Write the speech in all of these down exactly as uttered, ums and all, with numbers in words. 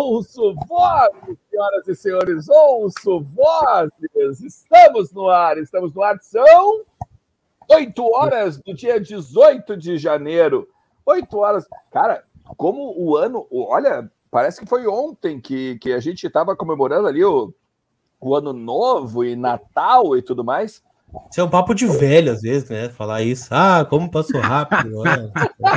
Ouço vozes, senhoras e senhores, ouço vozes. Estamos no ar, estamos no ar. São oito horas do dia dezoito de janeiro. Oito horas. Cara, como o ano... Olha, parece que foi ontem que, que a gente estava comemorando ali o, o Ano Novo e Natal e tudo mais. Isso é um papo de velho, às vezes, né? Falar isso. Ah, como passou rápido. Né?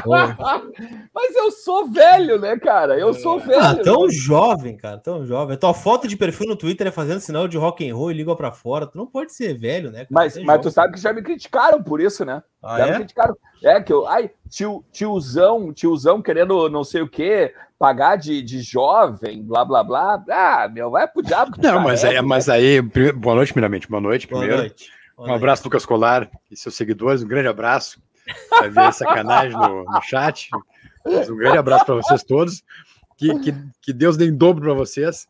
Mas eu sou velho, né, cara? Eu sou velho. Ah, tão né? jovem, cara, tão jovem. A tua foto de perfil no Twitter é fazendo sinal de rock and roll e língua pra fora. Tu não pode ser velho, né, cara? Mas, é mas jovem, tu sabe que já me criticaram por isso, né? Ah, já é? me criticaram. É que eu... Ai, tio, tiozão, tiozão querendo não sei o quê, pagar de, de jovem, blá, blá, blá. Ah, meu, vai pro diabo que tu Não, mas, carrega, é, mas né? aí... Boa noite, primeiramente. Boa noite, Boa primeiro. noite. Boa Um abraço, Lucas Colar e seus seguidores. Um grande abraço. Vai ver sacanagem no, no chat. Mas um grande abraço para vocês todos. Que, que, que Deus dê em dobro para vocês.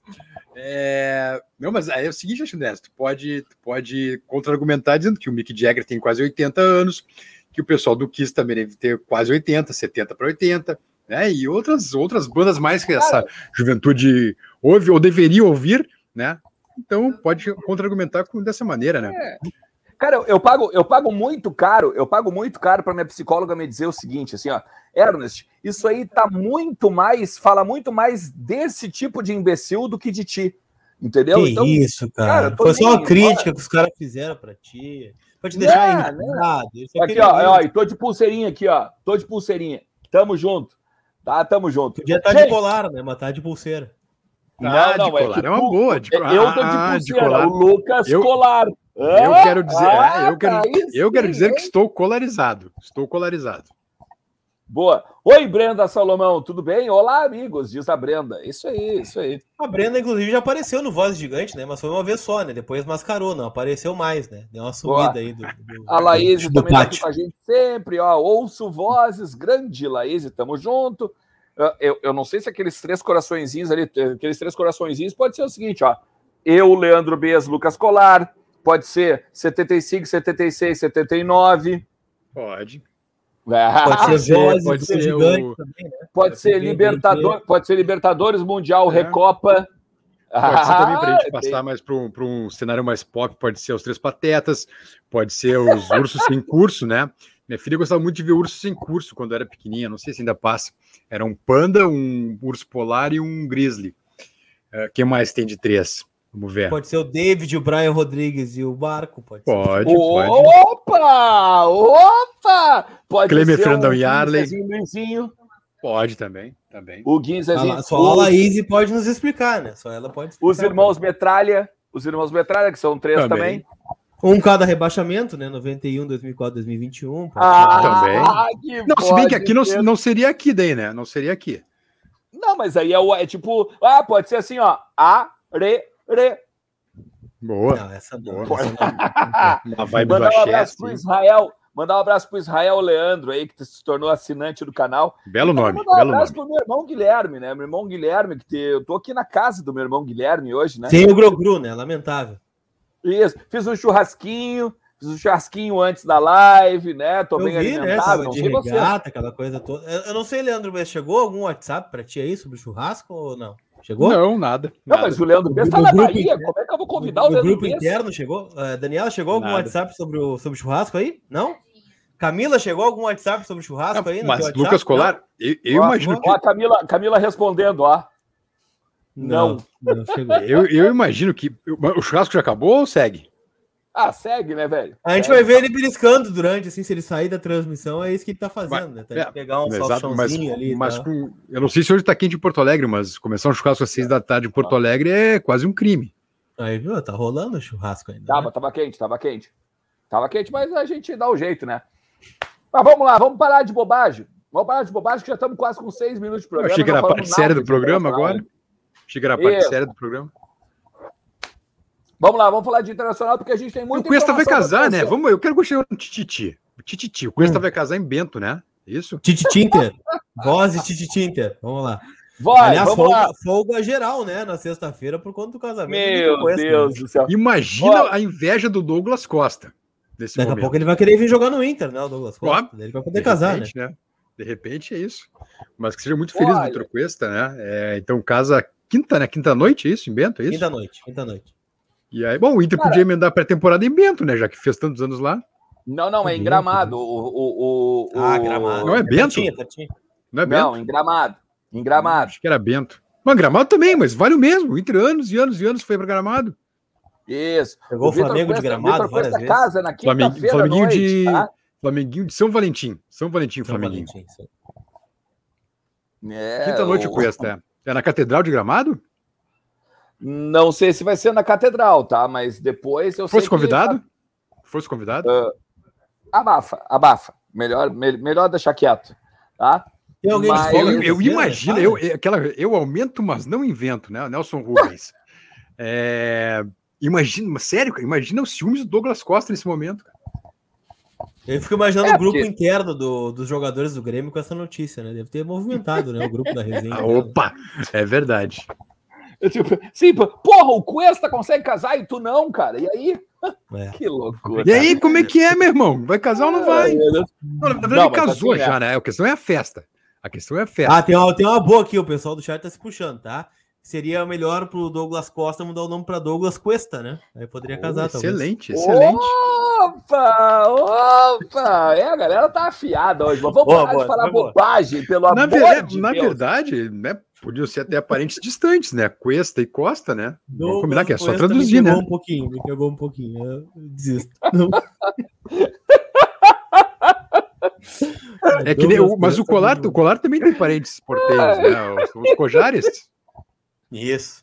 É... Não, mas aí é o seguinte, André, tu pode, tu pode contra-argumentar dizendo que o Mick Jagger tem quase oitenta anos, que o pessoal do Kiss também deve ter quase oitenta, setenta para oitenta, né? E outras, outras bandas mais que essa juventude ouve ou deveria ouvir, né? Então pode contra-argumentar dessa maneira, né? É. Cara, eu, eu, pago, eu pago muito caro, eu pago muito caro para minha psicóloga me dizer o seguinte, assim, ó, Ernest, isso aí tá muito mais, fala muito mais desse tipo de imbecil do que de ti, entendeu? Que então, isso, cara. cara Foi só uma nem, crítica olha, que os caras fizeram pra ti. Pra te deixar não, irritado. não. Aqui, ó, ó, tô de pulseirinha aqui, ó, tô de pulseirinha, tamo junto, tá, tamo junto. Podia estar de colar, né, mas tá de pulseira. Não, ah, não, de colar é, é uma tu, boa. De, eu tô de ah, pulseira, de colar. o Lucas eu, Colar. Eu ah, quero dizer, ah, é, eu quero, tá eu quero sim, dizer hein? que estou colarizado. Estou colarizado. Boa. Oi, Brenda Salomão, tudo bem? Olá, amigos, diz a Brenda. Isso aí, isso aí. A Brenda, inclusive, já apareceu no Voz Gigante, né? Mas foi uma vez só, né? Depois mascarou, não apareceu mais, né? Deu uma sumida Boa. aí do, do A Laís do, do também tá aqui pátio. com a gente sempre, ó. Ouço vozes, grande Laís, tamo junto. Eu, eu não sei se aqueles três coraçõezinhos ali, aqueles três coraçõezinhos, pode ser o seguinte, ó. Eu, Leandro Bez, Lucas Colar, pode ser setenta e cinco, setenta e seis, setenta e nove. Pode. Pode ser Voz, pode ser Gigante o... também, né? Pode, Pode ser ser Libertador, pode ser Libertadores Mundial, É. Recopa. Pode ser também para a gente Ah, passar tem- mais para um, para um cenário mais pop, pode ser os Três Patetas, pode ser os Ursos Sem Curso, né? Minha filha gostava muito de ver Ursos Sem Curso quando era pequenininha, não sei se ainda passa. Era um panda, um urso polar e um grizzly. O que mais tem de três? Vamos ver. Pode ser o David, o Brian Rodrigues e o Barco. Pode ser. Pode, pode. Opa! Opa! Pode Clemer ser Fernandão o e Arley. Guinzezinho Luizinho. Pode também, também. O Guinzezinho. Só a Laís pode nos explicar, né? Só ela pode explicar. Os irmãos Metralha. Os irmãos Metralha, que são três também. Também. Um cada rebaixamento, né? noventa e um, dois mil e quatro, dois mil e vinte e um. pode Ah, Também. que Não, se bem que pode aqui não, ser. não seria aqui daí, né? Não seria aqui. Não, mas aí é, o, é tipo. Ah, pode ser assim, ó. A, re, re. Boa. Não, essa não. Boa. Essa não. Uma vibe do Mandar um axé, abraço assim. pro Israel. Mandar um abraço pro Israel Leandro aí, que se tornou assinante do canal. Belo Então, nome, mandar um belo abraço nome. pro meu irmão Guilherme, né? Meu irmão Guilherme, que te... eu tô aqui na casa do meu irmão Guilherme hoje, né? Sem o Grogru, né? Lamentável. Isso. Fiz um churrasquinho, fiz um churrasquinho antes da live, né? Tô Eu bem vi, né? alimentado, Tava não de sei você. regata, aquela coisa toda. Eu, eu não sei, Leandro, mas chegou algum WhatsApp pra ti aí sobre o churrasco ou não? Chegou? Não, nada. Não, nada. mas o Leandro Bessa tá Do na grupo Bahia, interno. como é que eu vou convidar No o Leandro grupo Bessa? interno chegou? Uh, Daniela, chegou algum Nada. WhatsApp sobre o, sobre o churrasco aí? Não? Camila, chegou algum WhatsApp sobre o churrasco Não, aí? No mas teu WhatsApp? Lucas Colar, eu, eu Ó, imagino que ó, a Camila, Camila respondendo, ó. Não. Não, não chegou. eu, eu imagino que o churrasco já acabou ou segue? Ah, segue, né, velho? A gente vai ver ele beliscando durante, assim, se ele sair da transmissão, é isso que ele tá fazendo, né? Tá É, de pegar um exato, mas, salchãozinho ali. mas tá? com, eu não sei se hoje tá quente em Porto Alegre, mas começar um churrasco às seis da tarde em Porto Alegre é quase um crime. Aí, viu? Tá rolando o churrasco ainda. Tava, Né? tava quente, tava quente. Tava quente, mas a gente dá o jeito, né? Mas vamos lá, vamos parar de bobagem. Vamos parar de bobagem, que já estamos quase com seis minutos de Eu programa. achei que era a não parte falamos séria nada do de programa internacional. agora. Achei que era a parte Isso. séria do programa. Vamos lá, vamos falar de internacional, porque a gente tem O muita Cuesta vai informação pra casar, né? trazer. Vamos, eu quero gostar do Tititi. O Tititi. O Cuesta Hum. vai casar em Bento, né? Isso? Titi Tinter. Voz de Titi Tinter. Vamos lá. Vai, Aliás, vamos lá. folga, folga geral, né? Na sexta-feira, por conta do casamento. Meu Cuesta, Deus né? do céu. Imagina Ó. a inveja do Douglas Costa. Nesse Daqui a momento. pouco ele vai querer vir jogar no Inter, né? O Douglas Costa. Ó, Ele vai poder De casar, repente, né? né? De repente é isso. Mas que seja muito feliz, Olha. Vitor Cuesta, né? É, então, casa quinta, né? Quinta-noite, é isso? Em Bento, é isso? Quinta-noite, quinta-noite. E aí, bom, o Inter Cara, podia emendar a pré-temporada em Bento, né? Já que fez tantos anos lá. Não, não, é em Gramado. O, o, o, Ah, Gramado. Não é Bento? Pertinho, pertinho. Não é Bento? Não, em Gramado. Em Gramado. Acho que era Bento. Mas Gramado também, mas vale o mesmo. O Inter anos e anos e anos foi para Gramado. Isso. Pegou o Flamengo de Gramado várias vezes. Casa na quinta-feira à Flamenguinho noite, de tá? Flamenguinho de São Valentim. São Valentim, São Flamenguinho. Valentim, sim. É, Quinta-noite o o... Cuesta. É na Catedral de Gramado? Não sei se vai ser na Catedral, tá? Mas depois eu Fosse sei convidado? Que... Fosse convidado? Uh, abafa, abafa. Melhor, me, melhor deixar quieto, tá? Tem alguém Mas... de folga Eu, eu nesse dia, imagino, né? eu, aquela, eu aumento, mas não invento, né? Nelson Rubens. É, imagina, sério, imagina os ciúmes do Douglas Costa nesse momento. Cara. Eu fico imaginando É, o grupo porque... interno do, dos jogadores do Grêmio com essa notícia, né? Deve ter movimentado, né? O grupo da resenha. Ah, opa, é verdade. Eu, tipo, sim, porra, o Cuesta consegue casar e tu não, cara. E aí? É. Que loucura. E aí, como é que é, meu irmão? Vai casar ou não vai? Não, na verdade, Não, ele casou assim, já, é. né? A questão é a festa. A questão é a festa. Ah, tem uma, tem uma boa aqui, o pessoal do chat tá se puxando, tá? Seria melhor pro Douglas Costa mudar o nome pra Douglas Cuesta, né? Aí poderia casar, oh, talvez. Excelente, excelente. Opa, opa! É, a galera tá afiada hoje. Mas vamos Boa, parar boa, de falar boa. bobagem, pelo Na, amor ver- de na Deus. verdade, né? Podiam ser até parentes distantes, né? Cuesta e Costa, né? Vamos Douglas combinar que é só Cuesta traduzir, me né? pegou um pouquinho, me pegou um pouquinho. Eu desisto. Não. É que nem, o- Douglas mas o Costa colar, me- o colar também tem parentes porteiros, né? Os, os Cojares. Isso.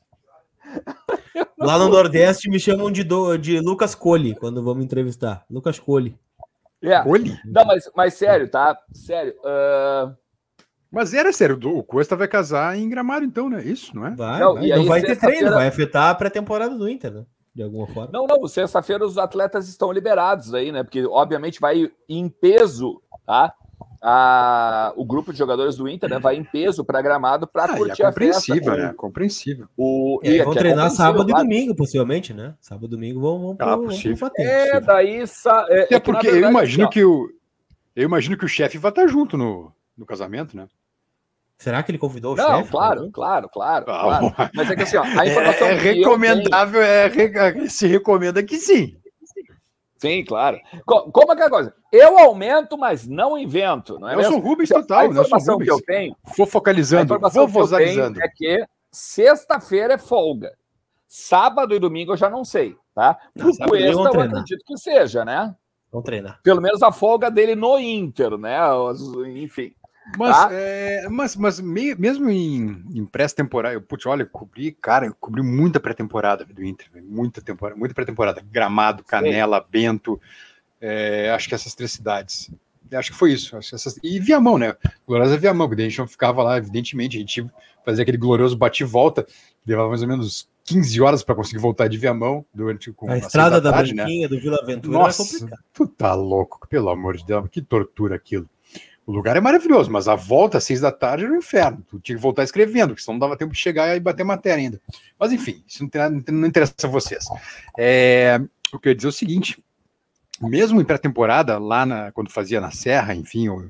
Lá no Nordeste me chamam de, do, de Lucas Colli quando vamos entrevistar. Lucas Colli. É. Cole. Não, mas, mas sério, tá? Sério. Uh... Mas era sério, o Costa vai casar em Gramado, então, né? Isso, não é? Vai, Não, vai. e Não aí, vai ter sexta-feira- treino, vai afetar a pré-temporada do Inter, né? De alguma forma. Não, não, sexta-feira os atletas estão liberados aí, né? Porque, obviamente, vai em peso, tá? A... O grupo de jogadores do Inter, né? Vai em peso para Gramado para Ah, curtir é a festa. compreensível, né? Compreensível. O... É, vão que é treinar compreensível, sábado claro. e domingo, possivelmente, né? Sábado e domingo vão, vão, Ah, pro, vão possível. pro patente. É, daí... Sa... É, É é que, na porque eu verdade, imagino assim, ó, que o eu imagino que o chefe vai estar junto no, no casamento, né? Será que ele convidou o Não, chefe? claro, claro, claro, Ah, claro. Mas é que assim, ó, a É, informação é que eu recomendável, é, re- se recomenda que sim. tenho- Sim, claro. Co- Como é que é a coisa? Eu aumento, mas não invento, não é Nelson mesmo? Rubens Então, total, a Nelson informação que Rubens. eu tenho, Vou a focalizando, informação vou que eu tenho vozalizando. é que sexta-feira é folga. Sábado e domingo eu já não sei, tá? Pro Não, sábado e domingo Cuesta vão eu treinar. acredito que seja, né? Vamos treinar. Pelo menos a folga dele no Inter, né? Os- Enfim. Mas, Tá? é, mas, mas me- mesmo em, em pré-temporada, eu, putz, olha, eu cobri, cara, eu cobri muita pré-temporada do Inter, velho, muita temporada, muita pré-temporada. Gramado, Canela, Bento, é, acho que essas três cidades. Acho que foi isso. Acho que essas... E Viamão, né? Gloriosa Viamão, porque a gente não ficava lá, evidentemente, a gente fazia aquele glorioso bate-volta, levava mais ou menos quinze horas para conseguir voltar de Viamão, durante com A às estrada seis da tarde, Branquinha, do Vila Aventura, Nossa, é complicado. tu tá louco, pelo amor de Deus, que tortura aquilo. O lugar é maravilhoso, mas a volta às seis da tarde era um inferno. Tu tinha que voltar escrevendo, porque senão não dava tempo de chegar e bater matéria ainda. Mas enfim, isso não, tem nada, não interessa a vocês. É, o que eu ia dizer é o seguinte: mesmo em pré-temporada, lá na, quando fazia na Serra, enfim, o,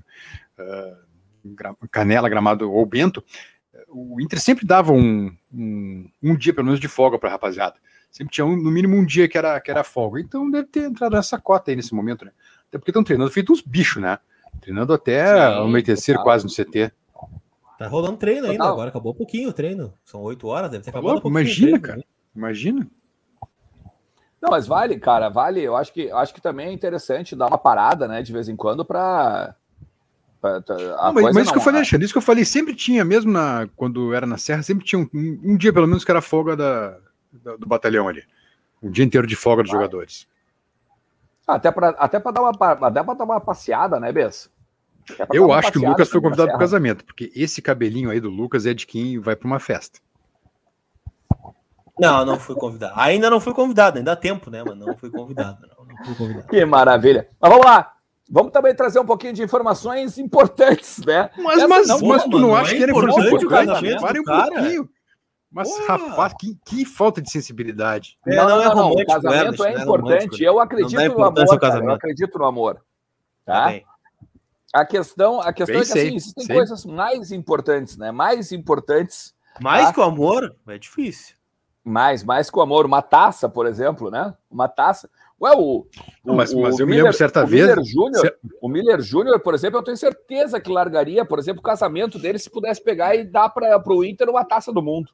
uh, Canela, Gramado ou Bento, o Inter sempre dava um, um, um dia, pelo menos, de folga para a rapaziada. Sempre tinha um, no mínimo um dia que era, que era folga. Então deve ter entrado nessa cota aí nesse momento, né? Até porque estão treinando feito uns bichos, né? Treinando até Sim, anoitecer total. quase no C T. Tá rolando treino ainda, Total. agora acabou um pouquinho o treino. São oito horas, deve ter Tá acabado um louco? pouquinho. Imagina, o treino, cara. né? Imagina. Não, mas vale, cara, vale. Eu acho que, eu acho que também é interessante dar uma parada, né, de vez em quando, para. Não, mas, mas isso que eu falei, Alexandre, isso que eu falei, sempre tinha, mesmo na, quando era na Serra, sempre tinha um, um, um dia, pelo menos, que era folga da, da- do batalhão ali. Um dia inteiro de folga dos Vai. jogadores. Até para até para dar uma pa- até para dar uma passeada, né, Bessa? Até pra dar Eu uma acho que o passeada Lucas foi também na convidado para o Serra. casamento, porque esse cabelinho aí do Lucas é de quem vai para uma festa. Não, não fui convidado. Ainda não fui convidado, ainda há tempo, né? Mas não fui convidado. Não, não fui convidado. Que maravilha. Mas vamos lá. Vamos também trazer um pouquinho de informações importantes, né? Mas, Essa mas, não, mas pô, tu não mano, acha é que ele foi importante o importante? casamento Para do um cara. pouquinho. Mas, Porra. rapaz, que, que falta de sensibilidade. É, Não, não, é não, não. O romântico, casamento Ernest, é não é importante. romântico, né? Eu Não acredito dá no importância amor, ao cara. Eu casamento. acredito no amor. Tá Tá? bem. A questão, a questão Bem é que sei, assim, existem sei. coisas mais importantes, né? Mais importantes Mais tá? que o amor, é difícil. Mais, mais que o amor. Uma taça, por exemplo, né? Uma taça. Ué, o, o, Mas, mas o eu me Miller, lembro certa o vez. Miller Júnior, cer- o Miller Júnior, por exemplo, eu tenho certeza que largaria, por exemplo, o casamento dele se pudesse pegar e dar para o Inter uma taça do mundo.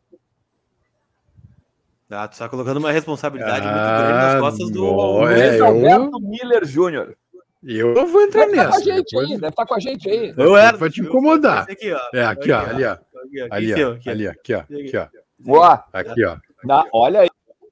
Ah, tu tá colocando uma responsabilidade Ah, muito grande nas costas do. no- Luiz é, eu- Alberto Miller Júnior. Eu não vou entrar Deve estar com a nessa. gente Depois, aí, deve estar com a gente aí. Eu era. vai te incomodar. Esse aqui, ó. É, aqui, ó, ali, ó. Aqui, aqui, Ali, aqui, ó. aqui, Ali, aqui, ó. Aqui, ó. Boa. Aqui, ó. Na, olha aí.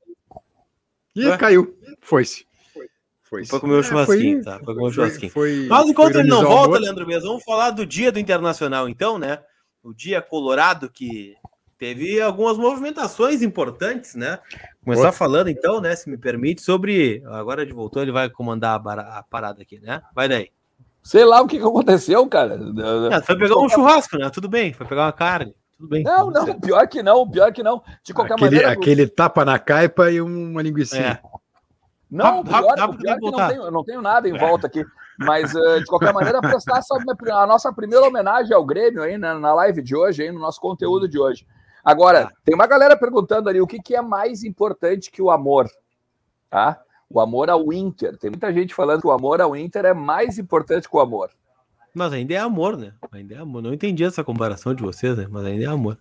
E Ué? caiu. Foi-se. Foi-se. Foi comer um É, churrasquinho, foi- tá? Foi comer um foi- churrasquinho. foi- Mas enquanto foi ele não ironizar o volta, amor. Leandro Bez, vamos falar do dia do Internacional, então, né? O dia colorado que teve algumas movimentações importantes, né? Começar Boa. falando, então, né? Se me permite, sobre. Agora ele voltou, ele vai comandar a, bara- a parada aqui, né? Vai daí. Sei lá o que, que aconteceu, cara. Ah, foi pegar um churrasco, né? Tudo bem, foi pegar uma carne. Tudo bem. Não, tudo não, certo. pior que não, pior que não. De qualquer Aquele, maneira. aquele tapa na caipa e uma linguicinha. É. Não, Rápido, pior, rápido, rápido, pior tem que que não voltar. tenho, eu não tenho nada em volta aqui. Mas, eh, de qualquer maneira, prestar essa, a nossa primeira homenagem ao Grêmio aí na, na live de hoje, aí, no nosso conteúdo de hoje. Agora, Tá. tem uma galera perguntando ali o que, que é mais importante que o amor. Tá? O amor ao Inter. Tem muita gente falando que o amor ao Inter é mais importante que o amor. Mas ainda é amor, né? Ainda é amor. Não entendi essa comparação de vocês, né? Mas ainda é amor.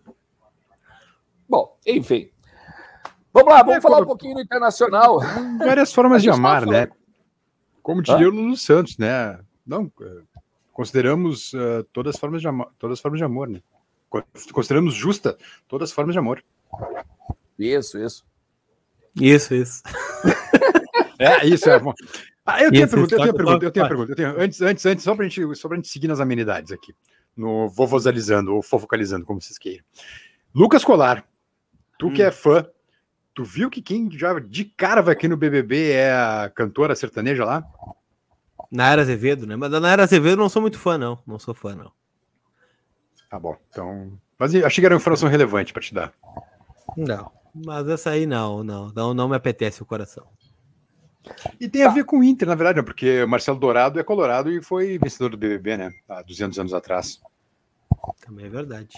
Bom, enfim. Vamos lá, vamos É, falar como- um pouquinho do Internacional. Várias formas A de gente amar, tava né? Como diria Hã? o Lulu Santos, né? Não, eh, consideramos eh, todas as formas de amor, todas as formas de amor, né? Co- Consideramos justa todas as formas de amor. Isso, isso. Isso, isso. É, isso é bom. Ah, eu tenho a Isso, pergunta, eu isso, tenho a toca, pergunta, eu tenho a toca. pergunta. Eu tenho, antes, antes, antes, só pra gente, só pra gente seguir nas amenidades aqui, no vovosalizando ou fofocalizando, como vocês queiram. Lucas Colar, tu Hum. que é fã, tu viu que quem já de cara vai aqui no B B B é a cantora sertaneja lá? Nayara Azevedo, né? Mas da Nayara Azevedo eu não sou muito fã, não. Não sou fã, não. Tá bom, então... Mas eu achei que era uma informação relevante pra te dar. Não. Mas essa aí não, não. Não, não me apetece o coração. E tem a ver com o Inter, na verdade, né? Porque Marcelo Dourado é colorado e foi vencedor do B B B, né? Há duzentos anos atrás. Também é verdade.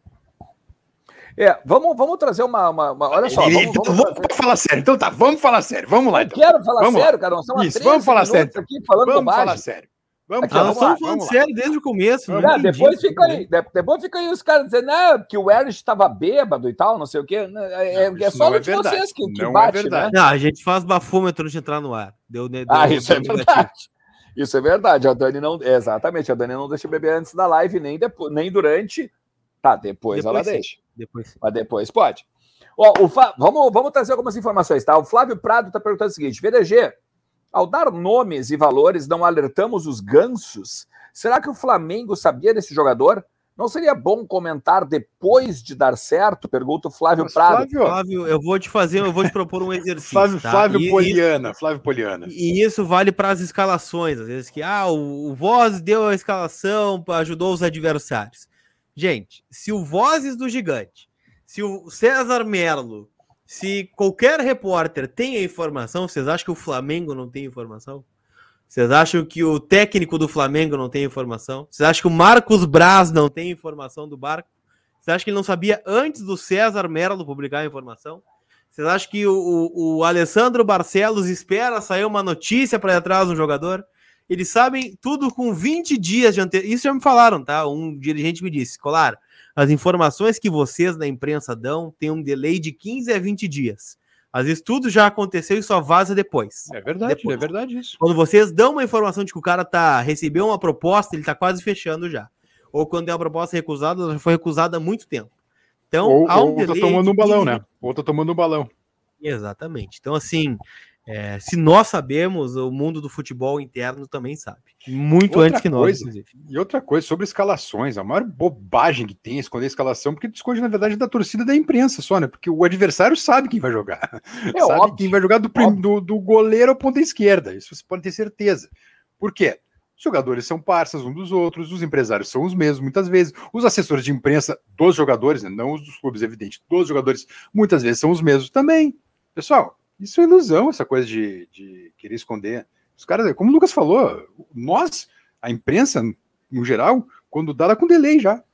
É, vamos, vamos trazer uma, uma, uma- Olha só. Vamos, Então, vamos vamos trazer- falar sério. Então tá, vamos falar sério. Vamos lá, Eu então. quero falar Vamos lá. sério, cara. Nós estamos há Isso, treze vamos falar minutos sério, aqui falando Vamos bobagem. falar sério. Vamos Aqui, Ah, falar nós vamos lá, estamos falando vamos lá. sério desde o começo. não Ah, entendi depois, essa fica aí, conversa. de- depois fica aí os caras dizendo ah, que o Ernst estava bêbado e tal, não sei o quê. É, Não, é isso só não é de verdade. vocês que, que Não é bate, verdade. né? Não, a gente faz bafômetro antes de entrar no ar. Deu, deu, Ah, deu isso é negativo. verdade. Isso é verdade. A Dani não. Exatamente, a Dani não deixa beber antes da live, nem, depois, nem durante. Tá, depois, Depois ela sim. deixa. Depois sim. Mas depois pode. Ó, o Fa- vamos, vamos trazer algumas informações, tá? O Flávio Prado está perguntando o seguinte: V D G, ao dar nomes e valores, não alertamos os gansos? Será que o Flamengo sabia desse jogador? Não seria bom comentar depois de dar certo? Pergunta o Flávio Mas, Prado. Flávio, Flávio, eu vou te fazer, eu vou te propor um exercício. Flávio, tá? Flávio E- Poliana. Flávio Poliana. E isso vale para as escalações, às vezes que ah, o, o Voz deu a escalação, ajudou os adversários. Gente, se o Vozes do Gigante, se o César Merlo, se qualquer repórter tem a informação, vocês acham que o Flamengo não tem informação? Vocês acham que o técnico do Flamengo não tem informação? Vocês acham que o Marcos Braz não tem informação do barco? Vocês acham que ele não sabia antes do César Merlo publicar a informação? Vocês acham que o, o, o Alessandro Barcelos espera sair uma notícia para ir atrás do jogador? Eles sabem tudo com vinte dias de antecedência. Isso já me falaram, tá? Um dirigente me disse, Colar, as informações que vocês na imprensa dão têm um delay de quinze a vinte dias. Às vezes tudo já aconteceu e só vaza depois. É verdade, Depois. é verdade isso. Quando vocês dão uma informação de que o cara tá, recebeu uma proposta, ele tá quase fechando já. Ou quando é uma proposta recusada, ela já foi recusada há muito tempo. Então, Ou, há um ou tá delay tomando de um balão, quinze né? Ou tá tomando um balão. Exatamente. Então, assim, é, se nós sabemos, o mundo do futebol interno também sabe. Muito Outra antes que nós, coisa, inclusive. E outra coisa, sobre escalações, a maior bobagem que tem é esconder a escalação, porque tu esconde, na verdade, da torcida da imprensa só, né? Porque o adversário sabe quem vai jogar. É sabe óbvio, quem vai jogar do, prim- do, do goleiro ao ponta esquerda. Isso você pode ter certeza. Por quê? Os jogadores são parças um dos outros, os empresários são os mesmos, muitas vezes. Os assessores de imprensa dos jogadores, né? Não os dos clubes, evidente, dos jogadores, muitas vezes são os mesmos também. Pessoal, isso é ilusão, essa coisa de, de querer esconder. Os caras, como o Lucas falou, nós, a imprensa, no geral, quando dá, dá com delay já.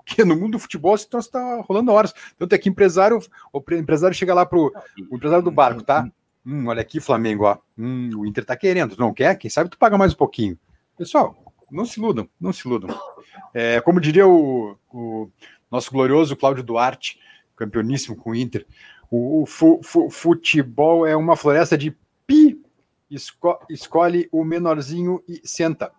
Porque no mundo do futebol esse troço tá rolando horas. Tanto é que empresário, o empresário chega lá pro o empresário do barco, tá? Hum, olha aqui, Flamengo, ó. Hum, o Inter tá querendo. Tu não quer? Quem sabe tu paga mais um pouquinho. Pessoal, não se iludam, não se iludam. É, como diria o, o nosso glorioso Cláudio Duarte, campeoníssimo com o Inter, o, o fu, fu, futebol é uma floresta de pi. Esco, escolhe o menorzinho e senta.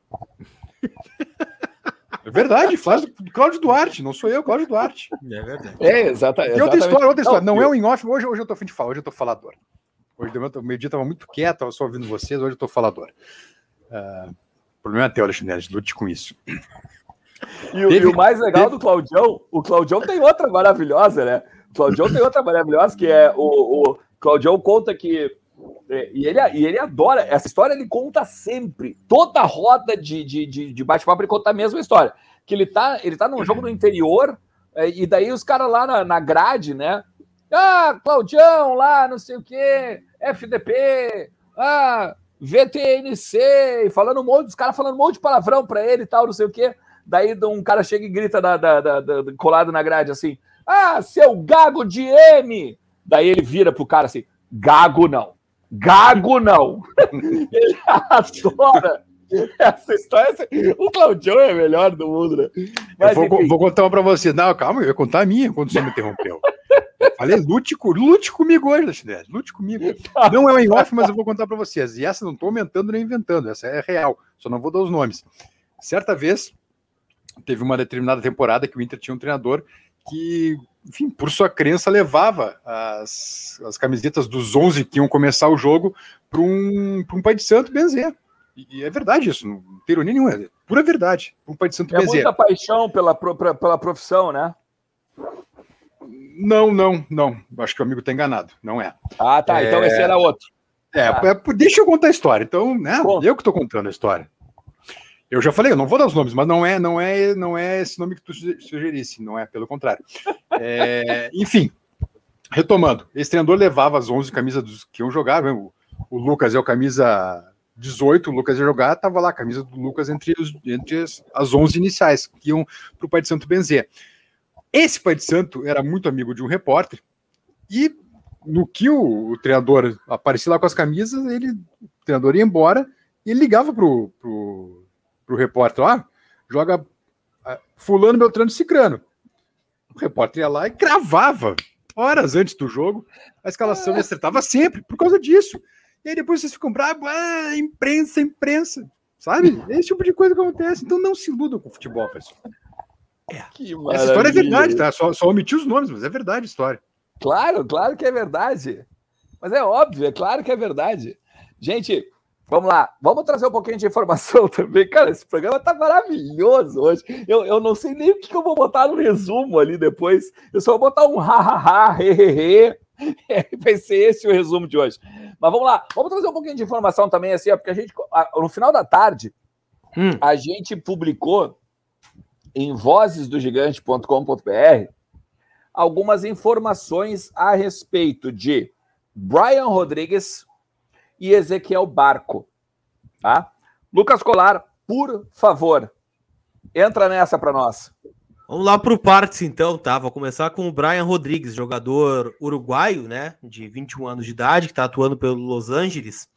É verdade, frase do Cláudio Duarte, não sou eu, Cláudio Duarte. É verdade. É, exata, Tem outra história, outra história. Não, não é o in-off, hoje, hoje eu tô fim de falar, hoje eu tô falador. Hoje o meio dia tava muito quieto, tava só ouvindo vocês, hoje eu tô falador. Uh, o problema é teu, Alexandre, lute com isso. E, teve, e o mais legal teve... do Claudião, o Claudião tem outra maravilhosa, né? O Claudião tem outra maravilhosa, que é o, o Claudião conta que E ele, e ele adora, essa história ele conta sempre, toda roda de, de, de, de bate-papo ele conta a mesma história, que ele tá, ele tá num jogo no interior, e daí os caras lá na, na grade, né, ah, Claudião lá, não sei o que, F D P, ah, V T N C, falando um monte, os caras falando um monte de palavrão pra ele e tal, não sei o que, daí um cara chega e grita da, da, da, da, colado na grade assim, ah, seu gago de M, daí ele vira pro cara assim, gago não. Gago não. Ele adora essa história. O Claudião é o melhor do mundo, né? Mas, eu vou, vou contar uma pra você. Não, calma, eu ia contar a minha quando você me interrompeu. Eu falei, lute, lute comigo hoje, Alexandre. Lute comigo. Não é um em-off, mas eu vou contar pra vocês. E essa não tô aumentando nem inventando, essa é real. Só não vou dar os nomes. Certa vez, teve uma determinada temporada que o Inter tinha um treinador que, enfim, por sua crença, levava as, as camisetas dos onze que iam começar o jogo para um, um pai de santo benzer. E, e é verdade isso, não tem ironia nenhuma, é pura verdade. Um pai de santo é benzer. É muita paixão pela, pra, pela profissão, né? Não, não, não. Acho que o amigo está enganado. Não é. Ah, tá. É... Então esse era outro. É, ah. é, deixa eu contar a história. Então, né? Conta. Eu que estou contando a história. Eu já falei, eu não vou dar os nomes, mas não é, não é, não é esse nome que tu sugerisse, não é, pelo contrário. É, enfim, retomando, esse treinador levava as onze camisas dos que iam jogar, o, o Lucas é o camisa dezoito, o Lucas ia jogar, tava lá a camisa do Lucas entre, os, entre as, as onze iniciais, que iam para o pai de santo benzer. Esse pai de santo era muito amigo de um repórter, e no que o, o treinador aparecia lá com as camisas, ele, o treinador ia embora, e ele ligava pro, pro pro repórter lá, joga uh, fulano, beltrano, cicrano. O repórter ia lá e cravava, horas antes do jogo, a escalação e acertava sempre, por causa disso. E aí depois vocês ficam bravos, ah, imprensa, imprensa, sabe? Esse tipo de coisa que acontece. Então não se iludam com o futebol, pessoal. É. Essa história é verdade, tá? Só, só omiti os nomes, mas é verdade a história. Claro, claro que é verdade. Mas é óbvio, é claro que é verdade. Gente... Vamos lá, vamos trazer um pouquinho de informação também. Cara, esse programa tá maravilhoso hoje. Eu, eu não sei nem o que eu vou botar no resumo ali depois. Eu só vou botar um ha-ha-ha, he-he-he. Vai ser esse o resumo de hoje. Mas vamos lá, vamos trazer um pouquinho de informação também, assim, ó, porque a gente, no final da tarde, hum. a gente publicou em vozes do gigante ponto com ponto b r algumas informações a respeito de Brian Rodrigues e Ezequiel Barco, tá? Lucas Colar, por favor, entra nessa para nós. Vamos lá para o partes, então, tá? Vou começar com o Brian Rodrigues, jogador uruguaio, né, de vinte e um anos de idade, que está atuando pelo Los Angeles.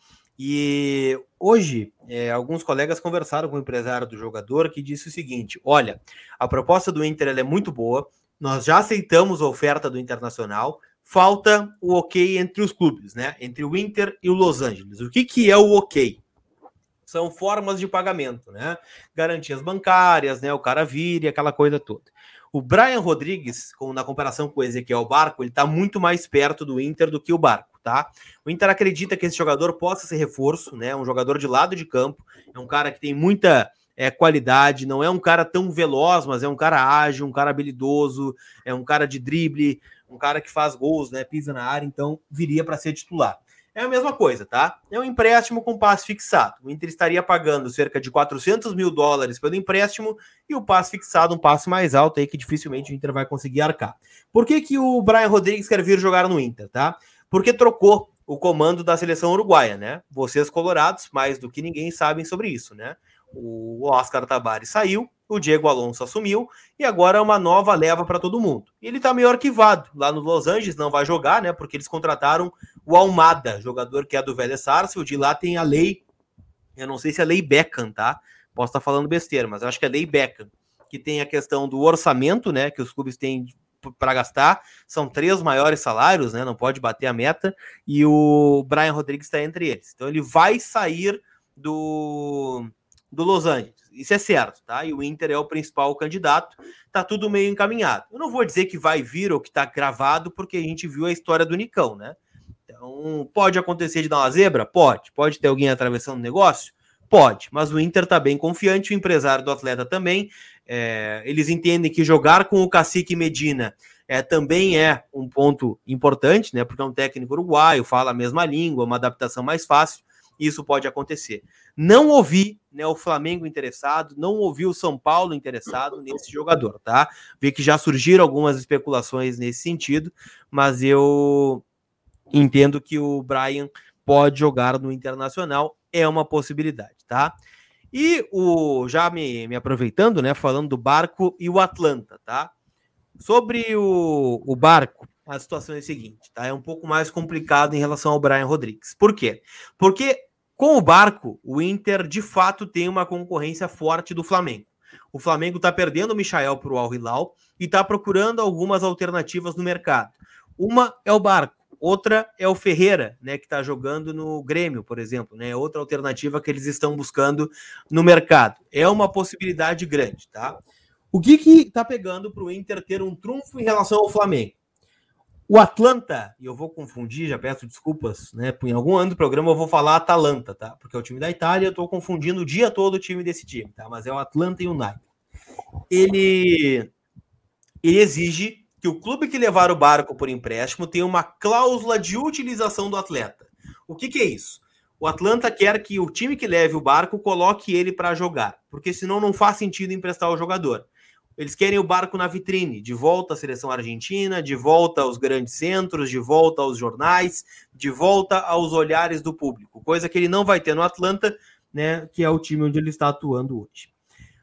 E hoje, é, alguns colegas conversaram com o empresário do jogador, que disse o seguinte: olha, a proposta do Inter ela é muito boa, nós já aceitamos a oferta do Internacional, falta o ok entre os clubes, né? Entre o Inter e o Los Angeles. O que, que é o ok? São formas de pagamento, né? Garantias bancárias, né? O cara vira e aquela coisa toda. O Brian Rodrigues, com, na comparação com o Ezequiel Barco, ele está muito mais perto do Inter do que o Barco, tá? O Inter acredita que esse jogador possa ser reforço, né? Um jogador de lado de campo, é um cara que tem muita é, qualidade, não é um cara tão veloz, mas é um cara ágil, um cara habilidoso, é um cara de drible, um cara que faz gols, né, pisa na área, então viria para ser titular. É a mesma coisa, tá? É um empréstimo com passe fixado. O Inter estaria pagando cerca de quatrocentos mil dólares pelo empréstimo e o passe fixado, um passe mais alto aí que dificilmente o Inter vai conseguir arcar. Por que que o Brian Rodrigues quer vir jogar no Inter, tá? Porque trocou o comando da seleção uruguaia, né? Vocês colorados, mais do que ninguém, sabem sobre isso, né? O Oscar Tabárez saiu, o Diego Alonso assumiu, e agora é uma nova leva para todo mundo. Ele tá meio arquivado, lá no Los Angeles não vai jogar, né, porque eles contrataram o Almada, jogador que é do Vélez Sarsfield, e lá tem a lei, eu não sei se é a lei Beckham, tá? Posso estar falando besteira, mas eu acho que é a lei Beckham, que tem a questão do orçamento, né, que os clubes têm para gastar, são três maiores salários, né, não pode bater a meta, e o Brian Rodrigues está entre eles. Então ele vai sair do, do Los Angeles, isso é certo, tá? E o Inter é o principal candidato, tá tudo meio encaminhado. Eu não vou dizer que vai vir ou que tá gravado, porque a gente viu a história do Nicão, né? Então, pode acontecer de dar uma zebra? Pode. Pode ter alguém atravessando o negócio? Pode, mas o Inter tá bem confiante, o empresário do atleta também. É, eles entendem que jogar com o Cacique Medina é, também é um ponto importante, né? Porque é um técnico uruguaio, fala a mesma língua, uma adaptação mais fácil, e isso pode acontecer. Não ouvi, né, o Flamengo interessado, não ouvi o São Paulo interessado nesse jogador, tá? Vi que já surgiram algumas especulações nesse sentido, mas eu entendo que o Brian pode jogar no Internacional, é uma possibilidade, tá? E o já me, me aproveitando, né, falando do Barco e o Atlanta, tá? Sobre o, o Barco, a situação é a seguinte, tá? É um pouco mais complicado em relação ao Brian Rodrigues. Por quê? Porque com o Barco, o Inter de fato tem uma concorrência forte do Flamengo. O Flamengo tá perdendo o Michael pro Al Hilal e tá procurando algumas alternativas no mercado. Uma é o Barco. Outra é o Ferreira, né, que está jogando no Grêmio, por exemplo, né? Outra alternativa que eles estão buscando no mercado. É uma possibilidade grande, tá? O que que tá pegando para o Inter ter um trunfo em relação ao Flamengo? O Atlanta, e eu vou confundir, já peço desculpas, né? Em algum ano do programa eu vou falar Atalanta, tá? Porque é o time da Itália, eu tô confundindo o dia todo o time desse time, tá? Mas é o Atlanta United. Ele, ele exige que o clube que levar o Barco por empréstimo tenha uma cláusula de utilização do atleta. O que que é isso? O Atlanta quer que o time que leve o Barco coloque ele para jogar, porque senão não faz sentido emprestar o jogador. Eles querem o Barco na vitrine, de volta à seleção argentina, de volta aos grandes centros, de volta aos jornais, de volta aos olhares do público, coisa que ele não vai ter no Atlanta, né, que é o time onde ele está atuando hoje.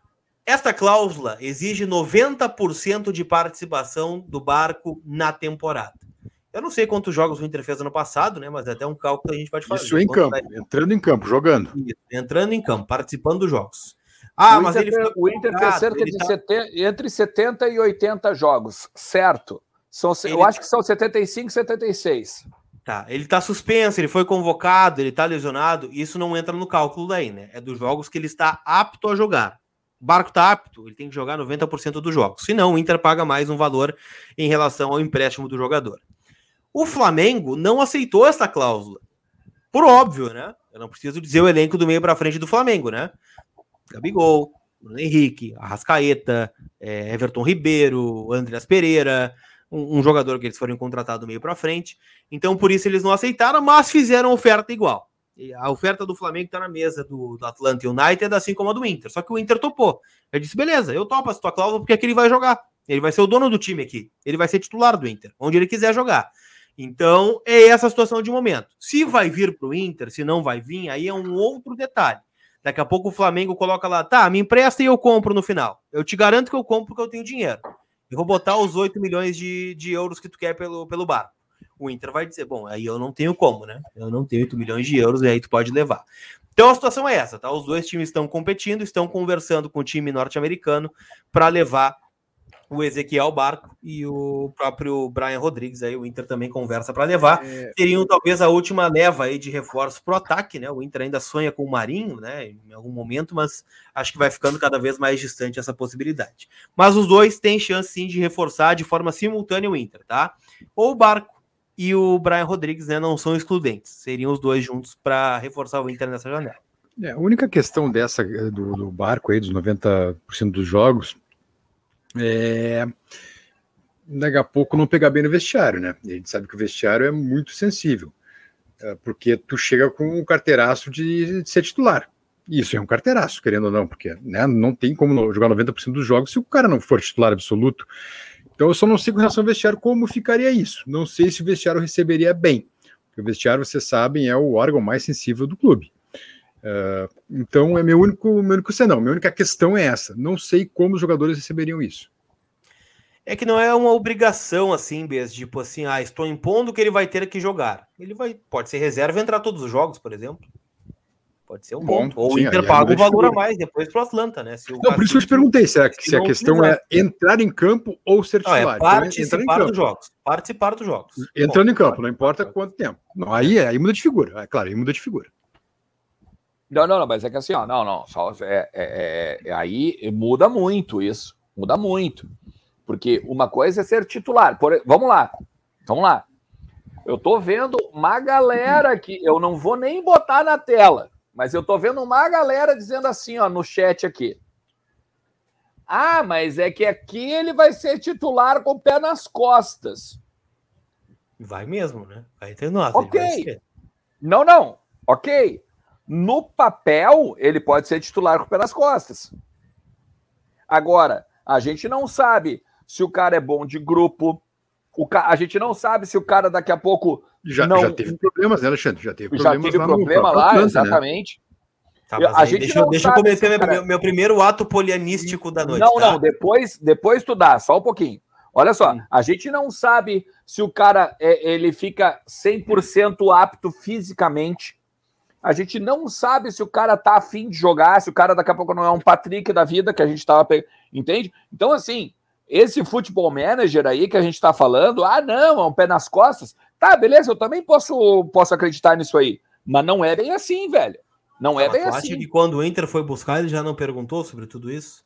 Esta cláusula exige noventa por cento de participação do Barco na temporada. Eu não sei quantos jogos o Inter fez ano passado, né? Mas é até um cálculo que a gente pode fazer. Isso em campo, vai... entrando em campo, jogando. Isso, entrando em campo, participando dos jogos. Ah, o mas Inter, ele O Inter fez cerca de tá... setenta, entre setenta e oitenta jogos, certo? São, ele... Eu acho que são setenta e cinco, setenta e seis. Tá, ele tá suspenso, ele foi convocado, ele tá lesionado, isso não entra no cálculo daí, né? É dos jogos que ele está apto a jogar. O Barco tá apto, ele tem que jogar noventa por cento dos jogos. Senão, o Inter paga mais um valor em relação ao empréstimo do jogador. O Flamengo não aceitou essa cláusula. Por óbvio, né? Eu não preciso dizer o elenco do meio para frente do Flamengo, né? Gabigol, Bruno Henrique, Arrascaeta, é, Everton Ribeiro, Andreas Pereira, um, um jogador que eles foram contratados do meio para frente. Então, por isso eles não aceitaram, mas fizeram oferta igual. A oferta do Flamengo está na mesa do, do Atlanta United, assim como a do Inter. Só que o Inter topou. Eu disse, beleza, eu topo essa tua cláusula porque aqui ele vai jogar. Ele vai ser o dono do time aqui. Ele vai ser titular do Inter, onde ele quiser jogar. Então, é essa a situação de momento. Se vai vir para o Inter, se não vai vir, aí é um outro detalhe. Daqui a pouco o Flamengo coloca lá, tá, me empresta e eu compro no final. Eu te garanto que eu compro porque eu tenho dinheiro. Eu vou botar os oito milhões de, de euros que tu quer pelo, pelo Barco. O Inter vai dizer, bom, aí eu não tenho como, né? Eu não tenho oito milhões de euros e aí tu pode levar. Então a situação é essa, tá? Os dois times estão competindo, estão conversando com o time norte-americano para levar o Ezequiel Barco e o próprio Brian Rodrigues, aí o Inter também conversa para levar. É... Teriam talvez a última leva aí de reforço pro ataque, né? O Inter ainda sonha com o Marinho, né? Em algum momento, mas acho que vai ficando cada vez mais distante essa possibilidade. Mas os dois têm chance sim de reforçar de forma simultânea o Inter, tá? Ou o Barco e o Brian Rodrigues, né, não são excludentes. Seriam os dois juntos para reforçar o Inter nessa janela. É, a única questão dessa do, do Barco aí, dos noventa por cento dos jogos, é daqui a pouco não pegar bem no vestiário, né? A gente sabe que o vestiário é muito sensível, é, porque tu chega com um carteiraço de, de ser titular. Isso é um carteiraço, querendo ou não, porque né, não tem como jogar noventa por cento dos jogos se o cara não for titular absoluto. Então eu só não sei com relação ao vestiário como ficaria isso. Não sei se o vestiário receberia bem. Porque o vestiário, vocês sabem, é o órgão mais sensível do clube. Uh, então é meu único, meu único senão, minha única questão é essa. Não sei como os jogadores receberiam isso. É que não é uma obrigação assim, Bess, tipo assim, ah, estou impondo que ele vai ter que jogar. Ele vai, pode ser reserva e entrar todos os jogos, por exemplo. Pode ser um Bom, ponto. Ou sim, o Inter aí paga um valor figura. a mais depois pro Atlanta, né? Se o não, por isso que eu te perguntei se a, se a questão utilizar. é entrar em campo ou ser não, titular. é participar então, dos jogos. Participar dos jogos. Entrando Bom, em campo, não importa quanto tempo. Não, aí, aí muda de figura. É claro, aí muda de figura. Não, não, não, mas é que assim, ó, não, não, só, é, é, é, aí muda muito isso, muda muito, porque uma coisa é ser titular, por, vamos lá, vamos lá, eu tô vendo uma galera aqui, eu não vou nem botar na tela, mas eu tô vendo uma galera dizendo assim, ó, no chat aqui, ah, mas é que aqui ele vai ser titular com o pé nas costas. Vai mesmo, né? Vai ter nós. Ok, não, não, ok. No papel, ele pode ser titular com o pé nas costas. Agora, a gente não sabe se o cara é bom de grupo. O ca... A gente não sabe se o cara daqui a pouco. Já, não... já teve problemas, né, Alexandre? Já teve já problemas teve lá problema no lá, Atlanta, exatamente. Né? Tá, mas a aí, gente deixa, não deixa eu sabe cometer se meu, cara... meu primeiro ato polianístico da noite. Não, tá? não, depois, depois tu dá, só um pouquinho. Olha só, hum. a gente não sabe se o cara é, ele fica cem por cento apto fisicamente. A gente não sabe se o cara tá afim de jogar, se o cara daqui a pouco não é um Patrick da vida que a gente tava pegando, entende? Então, assim, esse futebol manager aí que a gente tá falando, ah, não, é um pé nas costas. Tá, beleza, eu também posso, posso acreditar nisso aí. Mas não é bem assim, velho. Não tá, é bem tu assim. acha que quando o Inter foi buscar, ele já não perguntou sobre tudo isso?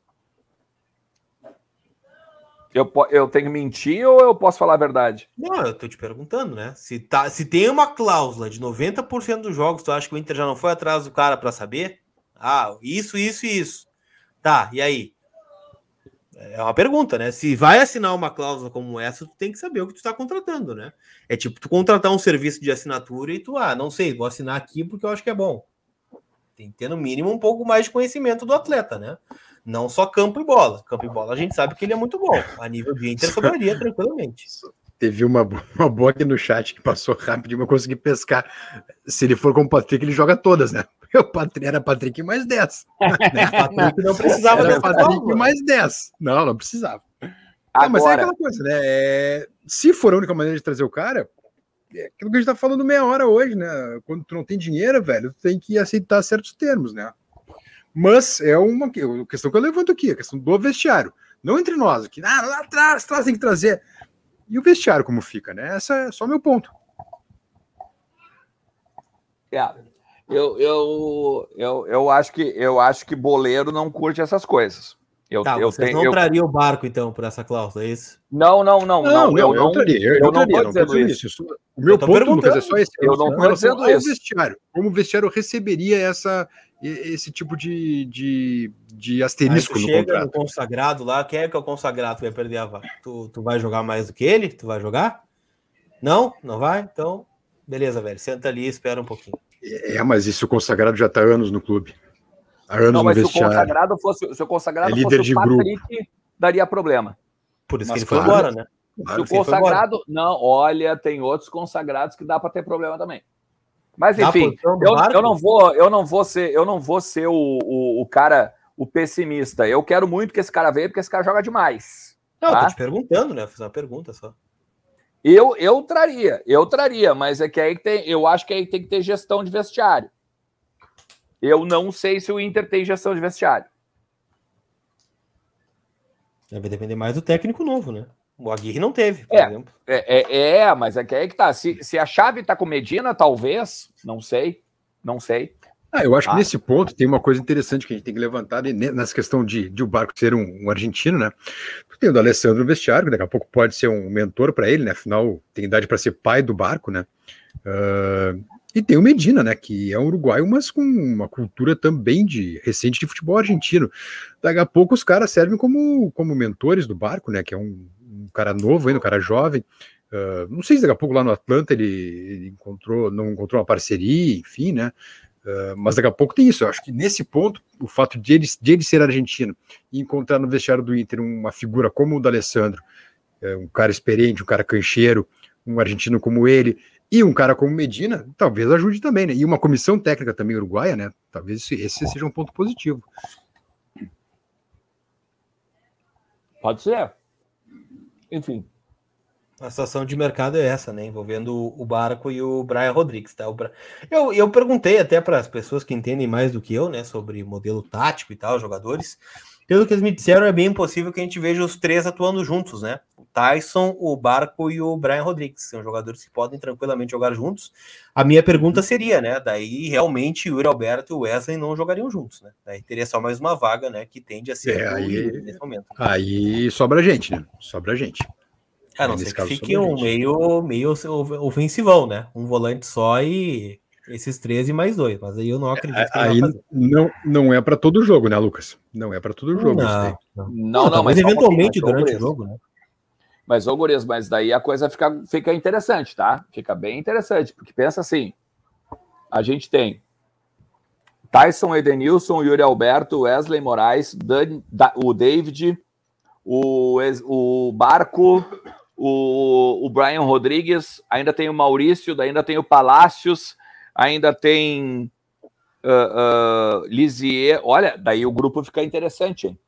Eu, eu tenho que mentir ou eu posso falar a verdade? Não, eu tô te perguntando, né? Se, tá, se tem uma cláusula de noventa por cento dos jogos, tu acha que o Inter já não foi atrás do cara para saber? Ah, isso, isso e isso. Tá, e aí? É uma pergunta, né? Se vai assinar uma cláusula como essa, tu tem que saber o que tu tá contratando, né? É tipo tu contratar um serviço de assinatura e tu, ah, não sei, vou assinar aqui porque eu acho que é bom. Tem que ter no mínimo um pouco mais de conhecimento do atleta, né? Não só campo e bola. Campo e bola a gente sabe que ele é muito bom. A nível de Inter sobraria tranquilamente. Teve uma, uma boa aqui no chat que passou rápido, mas eu consegui pescar. Se ele for com o Patrick, ele joga todas, né? O Patrick era Patrick mais dez. Né? Patrick não precisava era Patrick mais dez. Não, não precisava. Agora... Não, mas é aquela coisa, né? É... Se for a única maneira de trazer o cara, é aquilo que a gente tá falando meia hora hoje, né? Quando tu não tem dinheiro, velho, tu tem que aceitar certos termos, né? Mas é uma questão que eu levanto aqui, a questão do vestiário. Não entre nós aqui. Ah, lá atrás, atrás tem que trazer. E o vestiário como fica, né? Esse é só o meu ponto. É, eu, eu, eu, eu, acho que, eu acho que boleiro não curte essas coisas. Eu, tá, eu vocês tenho, não eu... trariam o barco, então, por essa cláusula, é isso? Não, não, não. Não, não, eu eu não traria. Eu, eu não não traria, tô não dizendo dizendo isso. isso. O meu ponto, Lucas, é só esse. Eu não tô dizendo isso. Vestiário. Como o vestiário receberia essa, esse tipo de, de, de asterisco no chega contrato. No consagrado lá, quem é que é o consagrado que vai perder a vaga? Tu, tu vai jogar mais do que ele? Tu vai jogar? Não? Não vai? Então, beleza, velho. Senta ali e espera um pouquinho. É, mas isso o consagrado já tá há anos no clube. Há anos não, mas no se o consagrado fosse, se o consagrado é líder fosse de o Patrick, grupo. Daria problema. Por isso mas que ele claro, foi embora, né? Claro, se o consagrado... Não, olha, tem outros consagrados que dá para ter problema também. Mas, enfim, eu, eu, não vou, eu não vou ser, eu não vou ser o, o, o cara, o pessimista. Eu quero muito que esse cara venha, porque esse cara joga demais. Não, tá? eu tô te perguntando, né? Fiz uma pergunta só. Eu, eu traria, eu traria, mas é que aí tem, eu acho que aí tem que ter gestão de vestiário. Eu não sei se o Inter tem gestão de vestiário. Vai depender mais do técnico novo, né? O Aguirre não teve, por é, exemplo. É, é, é, mas é que aí que tá. Se, se a chave tá com Medina, talvez, não sei, não sei. Ah, eu acho ah. que nesse ponto tem uma coisa interessante que a gente tem que levantar nessa questão de, de o Barco ser um, um argentino, né? Tem o do Alessandro no vestiário, que daqui a pouco pode ser um mentor para ele, né? Afinal, tem idade para ser pai do Barco, né? Uh, e tem o Medina, né? Que é um uruguaio, mas com uma cultura também de recente de futebol argentino. Daqui a pouco os caras servem como, como mentores do Barco, né? Que é um, um cara novo ainda, um cara jovem. Uh, não sei se daqui a pouco lá no Atlanta ele, ele encontrou, não encontrou uma parceria, enfim, né? Uh, mas daqui a pouco tem isso. Eu acho que nesse ponto, o fato de ele, de ele ser argentino e encontrar no vestiário do Inter uma figura como o do Alessandro, uh, um cara experiente, um cara cancheiro, um argentino como ele, E um cara como Medina, talvez ajude também, né? E uma comissão técnica também uruguaia, né? Talvez esse, esse seja um ponto positivo. Pode ser. Enfim. A situação de mercado é essa, né? Envolvendo o Barco e o Brian Rodrigues, tá? O Bra... eu, eu perguntei até para as pessoas que entendem mais do que eu, né? Sobre modelo tático e tal, jogadores. Pelo que eles me disseram, é bem possível que a gente veja os três atuando juntos, né? O Tyson, o Barco e o Brian Rodrigues. São jogadores que podem tranquilamente jogar juntos. A minha pergunta seria, né? Daí, realmente, o Yuri Alberto e o Wesley não jogariam juntos, né? Daí teria só mais uma vaga, né? Que tende a ser É, o aí, Yuri nesse momento. Aí sobra gente, né? Sobra gente. A não ser que fique um meio, meio ofensivão, né? Um volante só e esses treze mais dois. Mas aí eu não acredito que aí não, não é para todo jogo, né, Lucas? Não é para todo jogo não, isso daí. Não, não, não mas eventualmente um durante o jogo, né? Mas, ô Gurias, mas daí a coisa fica, fica interessante, tá? Fica bem interessante, porque pensa assim, a gente tem Tyson, Edenilson, Yuri Alberto, Wesley Moraes, Dan, da, o David, o, o Barco, o, o Brian Rodrigues, ainda tem o Maurício, ainda tem o Palácios, ainda tem uh, uh, Lisier. Olha, daí o grupo fica interessante, hein?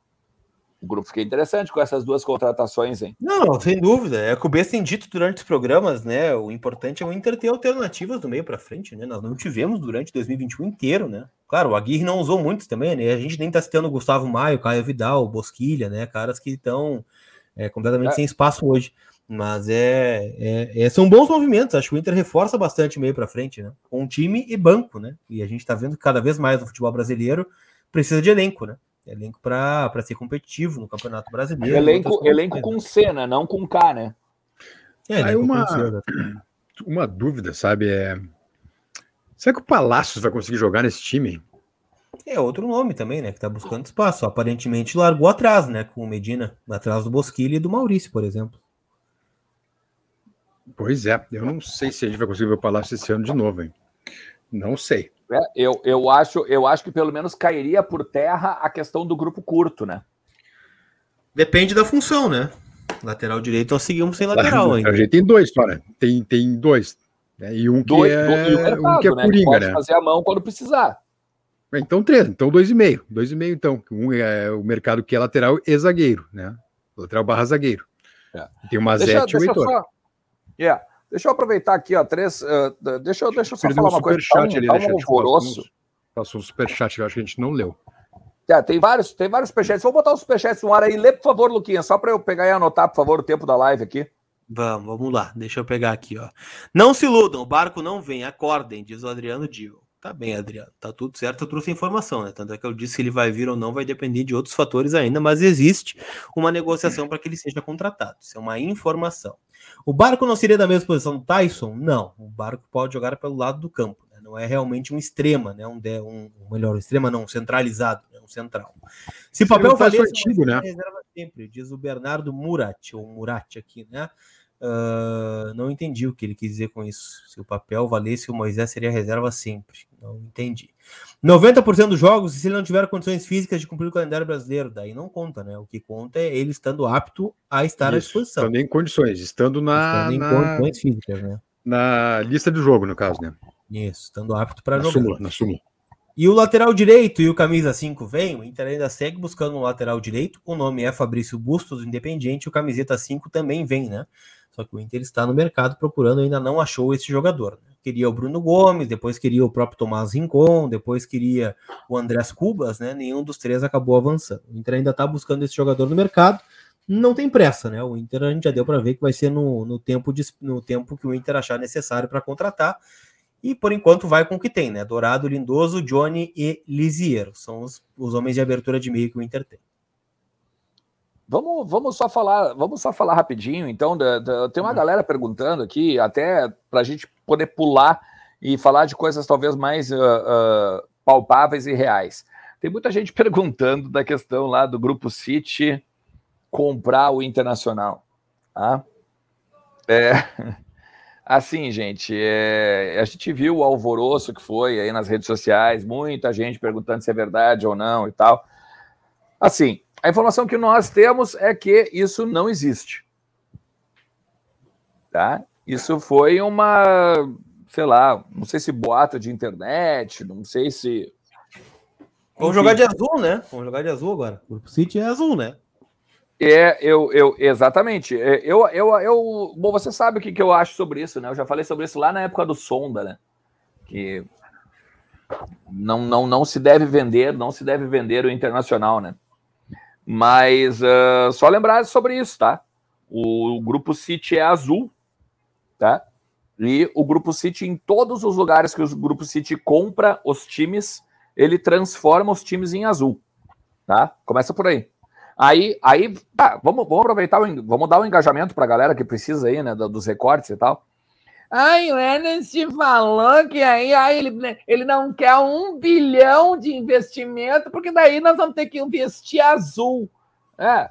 O grupo fica interessante com essas duas contratações, hein? Não, sem dúvida. É o que o B tem dito durante os programas, né? O importante é o Inter ter alternativas do meio para frente, né? Nós não tivemos durante dois mil e vinte e um inteiro, né? Claro, o Aguirre não usou muitos também, né? A gente nem tá citando o Gustavo Maio, Caio Vidal, o Bosquilha, né? Caras que estão é, completamente é. sem espaço hoje. Mas é, é, é, são bons movimentos. Acho que o Inter reforça bastante meio para frente, né? Com time e banco, né? E a gente tá vendo que cada vez mais o futebol brasileiro precisa de elenco, né? Elenco para ser competitivo no Campeonato Brasileiro. Elenco, elenco com C, né? Não com K, né? É, Aí uma, C, uma dúvida, sabe? É... Será que o Palácios vai conseguir jogar nesse time? É outro nome também, né? Que tá buscando espaço. Aparentemente largou atrás, né? Com o Medina, atrás do Bosquilha e do Maurício, por exemplo. Pois é, eu não sei se a gente vai conseguir ver o Palácio esse ano de novo, hein? Não sei. É, eu, eu, acho, eu acho que pelo menos cairia por terra a questão do grupo curto, né? Depende da função, né? Lateral direito nós seguimos sem lateral ainda. A gente tem dois só, né? Tem, tem dois. Né? E um que dois, é, do, e o mercado, um que é né? coringa, pode né? fazer a mão quando precisar. Então três, então dois e meio. Dois e meio, então. Um é o mercado que é lateral e zagueiro, né? Lateral barra zagueiro. É. Tem o Mazete e o Heitor. Só... Yeah. Deixa eu aproveitar aqui, ó, três. Uh, deixa, eu, deixa eu só falar um uma coisa. Chat tá um, ali, tá deixa, um alvoroço. Passou um superchat, eu acho que a gente não leu. É, tem vários, tem vários superchats. Vou botar os superchats no ar aí. Lê, por favor, Luquinha, só para eu pegar e anotar, por favor, o tempo da live aqui. Vamos, vamos lá. Deixa eu pegar aqui, ó. Não se iludam, o barco não vem, acordem, diz o Adriano Dio. Tá bem, Adriano, tá tudo certo, eu trouxe a informação, né? Tanto é que eu disse que ele vai vir ou não, vai depender de outros fatores ainda, mas existe uma negociação para que ele seja contratado. Isso é uma informação. O Barco não seria da mesma posição do Tyson? Não. O Barco pode jogar pelo lado do campo, né? Não é realmente um extrema, né? Um, de, um, um melhor, um extrema não, um centralizado, né? Um central. Se o papel valesse, antigo, né? Reserva sempre, diz o Bernardo Murat, ou Murat aqui, né? Uh, não entendi o que ele quis dizer com isso. Se o papel valesse, o Moisés seria reserva sempre. Não entendi. noventa por cento dos jogos, se ele não tiver condições físicas de cumprir o calendário brasileiro, daí não conta, né? O que conta é ele estando apto a estar isso, à disposição. Estando em condições, estando na, estando em na, condições físicas, né? Na lista do jogo, no caso, né? Isso, estando apto para jogar. Súmula, na súmula. E o lateral direito e o camisa cinco vem, o Inter ainda segue buscando um lateral direito, o nome é Fabrício Bustos, do Independiente, o camiseta cinco também vem, né? Só que o Inter está no mercado procurando, ainda não achou esse jogador. Né? Queria o Bruno Gomes, depois queria o próprio Tomás Rincon, depois queria o Andrés Cubas, né? Nenhum dos três acabou avançando. O Inter ainda está buscando esse jogador no mercado, não tem pressa, né? O Inter a gente já deu para ver que vai ser no, no, tempo de, no tempo que o Inter achar necessário para contratar. E por enquanto vai com o que tem, né? Dourado, Lindoso, Johnny e Lisiero. São os, os homens de abertura de meio que o Inter tem. Vamos, vamos, só falar, vamos só falar rapidinho, então. Da, da, tem uma galera perguntando aqui, até para a gente poder pular e falar de coisas talvez mais uh, uh, palpáveis e reais. Tem muita gente perguntando da questão lá do Grupo City comprar o Internacional. Tá? É, assim, gente, é, a gente viu o alvoroço que foi aí nas redes sociais, muita gente perguntando se é verdade ou não e tal. Assim, a informação que nós temos é que isso não existe. Tá? Isso foi uma, sei lá, não sei se boato de internet, não sei se... Vamos Enfim. jogar de azul, né? Vamos jogar de azul agora. O Grupo City é azul, né? É, eu, eu, exatamente. É, Eu, eu, eu, bom, você sabe o que, que eu acho sobre isso, né? Eu já falei sobre isso lá na época do Sonda, né? Que não, não, não se deve vender, não se deve vender o Internacional, né? Mas uh, só lembrar sobre isso, tá? O, o Grupo City é azul, tá? E o Grupo City, em todos os lugares que o Grupo City compra os times, ele transforma os times em azul, tá? Começa por aí. Aí, aí tá, vamos, vamos aproveitar, o, vamos dar um engajamento pra galera que precisa aí, né, dos recortes e tal. Ai, o Ernest falou que aí ai, ele, ele não quer um bilhão de investimento, porque daí nós vamos ter que investir azul. É,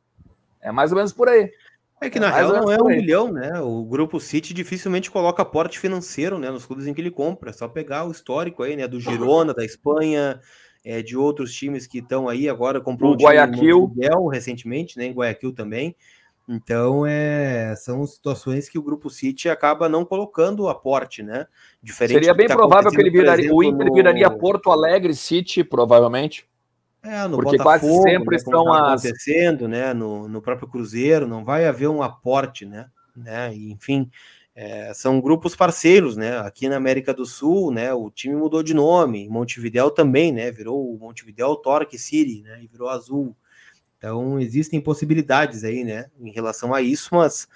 é mais ou menos por aí. É que É na mais real ou menos não é por um aí. bilhão, né? O Grupo City dificilmente coloca aporte financeiro, né, nos clubes em que ele compra. É só pegar o histórico aí, né, do Girona, da Espanha, é, de outros times que estão aí. Agora comprou O um time em Guayaquil. Montevidéu recentemente, né, em Guayaquil também. Então, é, são situações que o Grupo City acaba não colocando aporte, né? Diferente Seria do que bem tá provável que ele acontecendo, por viraria, o exemplo, Inter viraria no, Porto Alegre City, provavelmente, é, no porque quase Botafogo, sempre né, como são está as... acontecendo, né, no, no próprio Cruzeiro, não vai haver um aporte, né, né, e, enfim, é, são grupos parceiros, né, aqui na América do Sul, né, o time mudou de nome, Montevidéu também, né, virou o Montevidéu Torque City, né, e virou azul. Então, existem possibilidades aí, né, em relação a isso, mas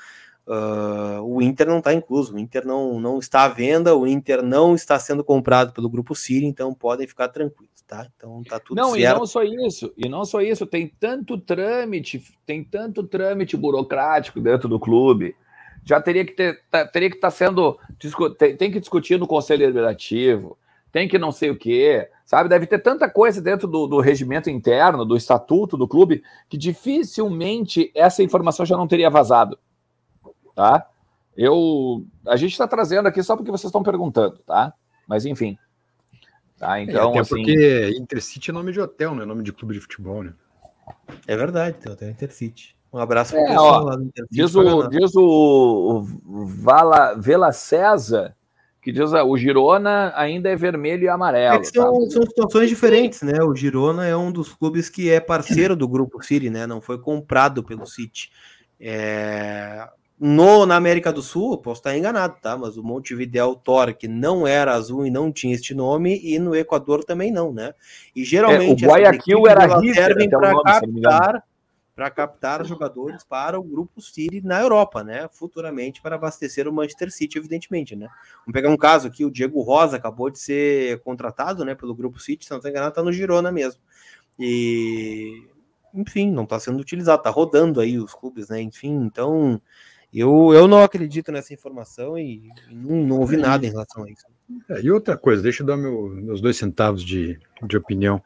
uh, o Inter não está incluso, o Inter não, não está à venda, o Inter não está sendo comprado pelo Grupo City, então podem ficar tranquilos, tá? Então tá tudo Não, certo. e não só isso, e não só isso, tem tanto trâmite, tem tanto trâmite burocrático dentro do clube. Já teria que ter, tá, teria que estar tá sendo, tem, tem que discutir no Conselho Deliberativo, tem que não sei o quê, sabe? Deve ter tanta coisa dentro do, do regimento interno, do estatuto do clube, que dificilmente essa informação já não teria vazado, tá? Eu, a gente está trazendo aqui só porque vocês estão perguntando, tá? Mas enfim. Tá, então, é, até assim... porque Intercity é nome de hotel, não é nome de clube de futebol, né? É verdade, tem até Intercity. Um abraço pro É, pessoal ó, lá do Intercity. diz o, diz o, o Vala, Vela César, que diz ah, o Girona ainda é vermelho e amarelo. É que são, tá? são situações diferentes, né? O Girona é um dos clubes que é parceiro do Grupo City, né? Não foi comprado pelo City. É... No, na América do Sul, posso estar enganado, tá? Mas o Montevidéu Torque não era azul e não tinha este nome, e no Equador também não, né? E geralmente É, o Guayaquil era elas River, servem para captar, para captar jogadores para o Grupo City na Europa, né? Futuramente para abastecer o Manchester City, evidentemente, né? Vamos pegar um caso aqui, o Diego Rosa acabou de ser contratado, né, pelo Grupo City, se não estou enganado, está no Girona mesmo. E, enfim, não está sendo utilizado, está rodando aí os clubes, né? Enfim, então eu, eu não acredito nessa informação e, e não, não ouvi nada em relação a isso. É, e outra coisa, deixa eu dar meu, meus dois centavos de, de opinião.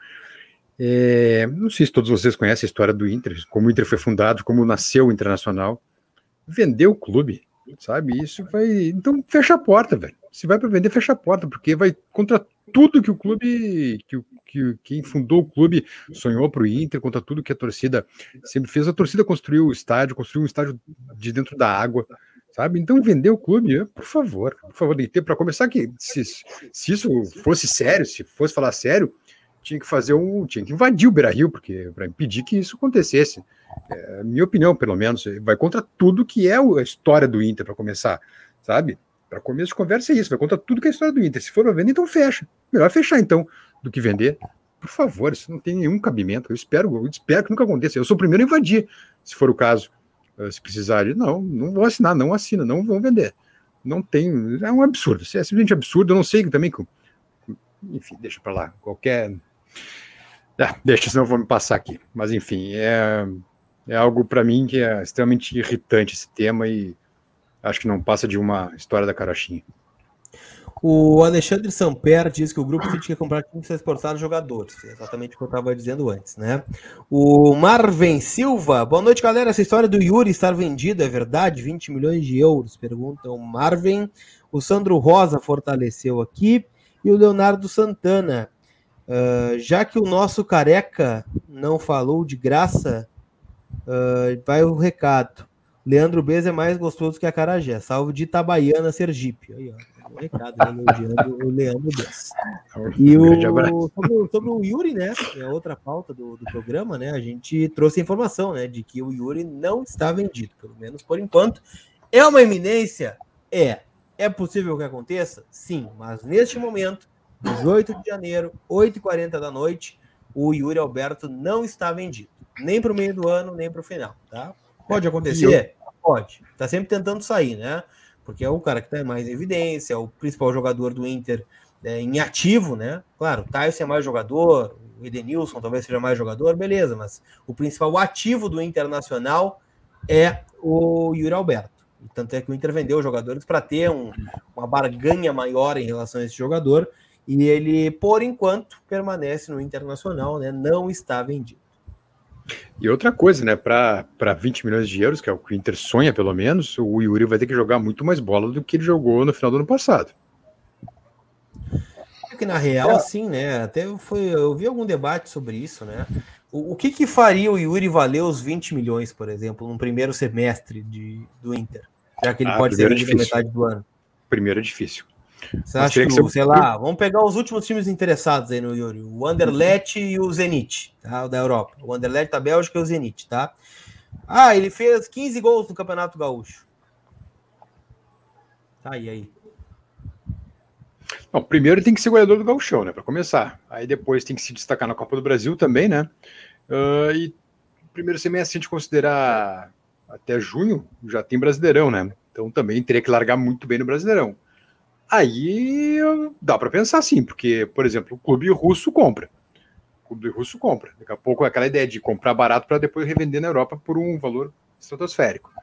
É, não sei se todos vocês conhecem a história do Inter, como o Inter foi fundado, como nasceu o Internacional. Vendeu o clube, sabe? Isso vai. Então, fecha a porta, velho. Se vai para vender, fecha a porta, porque vai contra tudo que o clube, que, que quem fundou o clube sonhou para o Inter, contra tudo que a torcida sempre fez. A torcida construiu o estádio, construiu um estádio de dentro da água, sabe? Então, vender o clube, por favor, por favor, tem que ter para começar que se, se isso fosse sério, se fosse falar sério, tinha que fazer um, tinha que invadir o Beira-Rio, porque para impedir que isso acontecesse. É, minha opinião, pelo menos, vai contra tudo que é a história do Inter, para começar, sabe? Para começo de conversa é isso, vai contra tudo que é a história do Inter. Se for para vender, então fecha. Melhor fechar, então, do que vender. Por favor, isso não tem nenhum cabimento. Eu espero, eu espero que nunca aconteça. Eu sou o primeiro a invadir, se for o caso. Se precisar de, não, não vou assinar, não assina, não vou vender. Não tem, é um absurdo. É simplesmente absurdo. Eu não sei também, enfim, deixa para lá. Qualquer... Ah, deixa, senão eu vou me passar aqui. Mas, enfim, é, é algo para mim que é extremamente irritante esse tema e acho que não passa de uma história da carochinha. O Alexandre Samper diz que o Grupo City quer comprar times para exportar jogadores. Exatamente o que eu estava dizendo antes, né? O Marvin Silva. Boa noite, galera. Essa história do Yuri estar vendido é verdade? vinte milhões de euros, pergunta o Marvin. O Sandro Rosa fortaleceu aqui. E o Leonardo Santana. Uh, já que o nosso careca não falou de graça, uh, vai o recado. Leandro Bez é mais gostoso que a acarajé. Salve de Itabaiana, Sergipe. Aí, ó. Um recado, né, elogiando o Leandro Bez. E o, sobre, sobre o Yuri, né? É outra pauta do, do programa, né? A gente trouxe a informação, né? De que o Yuri não está vendido, pelo menos por enquanto. É uma iminência? É. É possível que aconteça? Sim. Mas neste momento, dezoito de janeiro, oito e quarenta da noite, o Yuri Alberto não está vendido. Nem para o meio do ano, nem para o final, tá? Pode acontecer? Pode. Tá sempre tentando sair, né? Porque é o cara que tá mais em evidência, é o principal jogador do Inter é, em ativo, né? Claro, o Tyson é mais jogador, o Edenilson talvez seja mais jogador, beleza, mas o principal ativo do Internacional é o Yuri Alberto. Tanto é que o Inter vendeu os jogadores para ter um, uma barganha maior em relação a esse jogador, e ele, por enquanto, permanece no Internacional, né? Não está vendido. E outra coisa, né? Para vinte milhões de euros, que é o que o Inter sonha, pelo menos, o Yuri vai ter que jogar muito mais bola do que ele jogou no final do ano passado. É que na real, é. assim, né? Até eu, foi, eu vi algum debate sobre isso, né? O, o que, que faria o Yuri valer os vinte milhões, por exemplo, no primeiro semestre de, do Inter? Já que ele ah, pode ser vendido na metade do ano. Primeiro é difícil. Você acha que, que ser... sei lá, vamos pegar os últimos times interessados aí no Yuri, o Anderlecht e o Zenit, tá? Da Europa. O Anderlecht da Bélgica e o Zenit, tá? Ah, ele fez quinze gols no Campeonato Gaúcho. Tá, e aí? Bom, primeiro tem que ser goleador do Gauchão, né, para começar. Aí depois tem que se destacar na Copa do Brasil também, né? Uh, e primeiro semestre, se a gente considerar até junho, já tem Brasileirão, né? Então também teria que largar muito bem no Brasileirão. Aí dá para pensar sim, porque, por exemplo, o clube russo compra. O clube russo compra. Daqui a pouco é aquela ideia de comprar barato para depois revender na Europa por um valor estratosférico.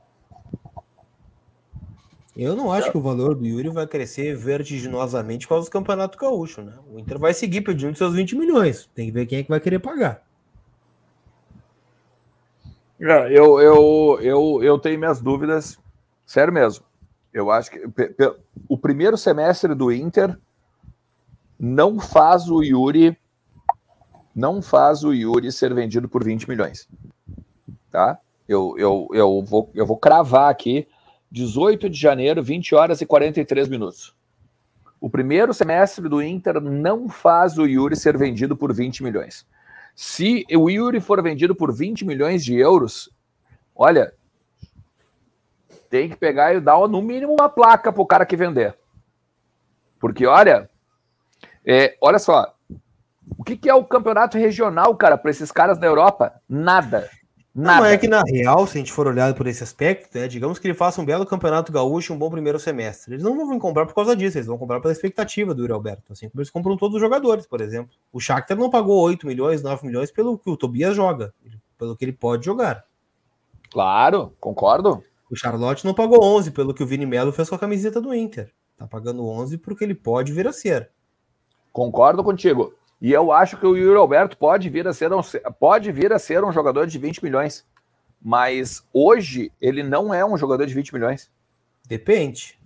Eu não acho que o valor do Yuri vai crescer vertiginosamente por causa do Campeonato Gaúcho, né? O Inter vai seguir pedindo seus vinte milhões. Tem que ver quem é que vai querer pagar. Eu, eu, eu, eu tenho minhas dúvidas, sério mesmo. Eu acho que o primeiro semestre do Inter não faz o Yuri não faz o Yuri ser vendido por vinte milhões. Tá? Eu, eu, eu, vou, eu vou cravar aqui, dezoito de janeiro, vinte horas e quarenta e três minutos. O primeiro semestre do Inter não faz o Yuri ser vendido por vinte milhões. Se o Yuri for vendido por vinte milhões de euros, olha... tem que pegar e dar no mínimo uma placa para o cara que vender. Porque, olha, é, olha só, o que, que é o campeonato regional, cara, para esses caras da Europa? Nada. Nada. Não, é que na real, se a gente for olhar por esse aspecto, né, digamos que ele faça um belo campeonato gaúcho e um bom primeiro semestre. Eles não vão vir comprar por causa disso, eles vão comprar pela expectativa do Yuri Alberto. Assim como eles compram todos os jogadores, por exemplo. O Shakhtar não pagou oito milhões, nove milhões pelo que o Tobias joga, pelo que ele pode jogar. Claro, concordo. O Charlotte não pagou onze, pelo que o Vini Melo fez com a camiseta do Inter. Tá pagando onze porque ele pode vir a ser. Concordo contigo. E eu acho que o Yuri Alberto pode vir a ser um, pode vir a ser um jogador de vinte milhões. Mas hoje ele não é um jogador de vinte milhões. Depende.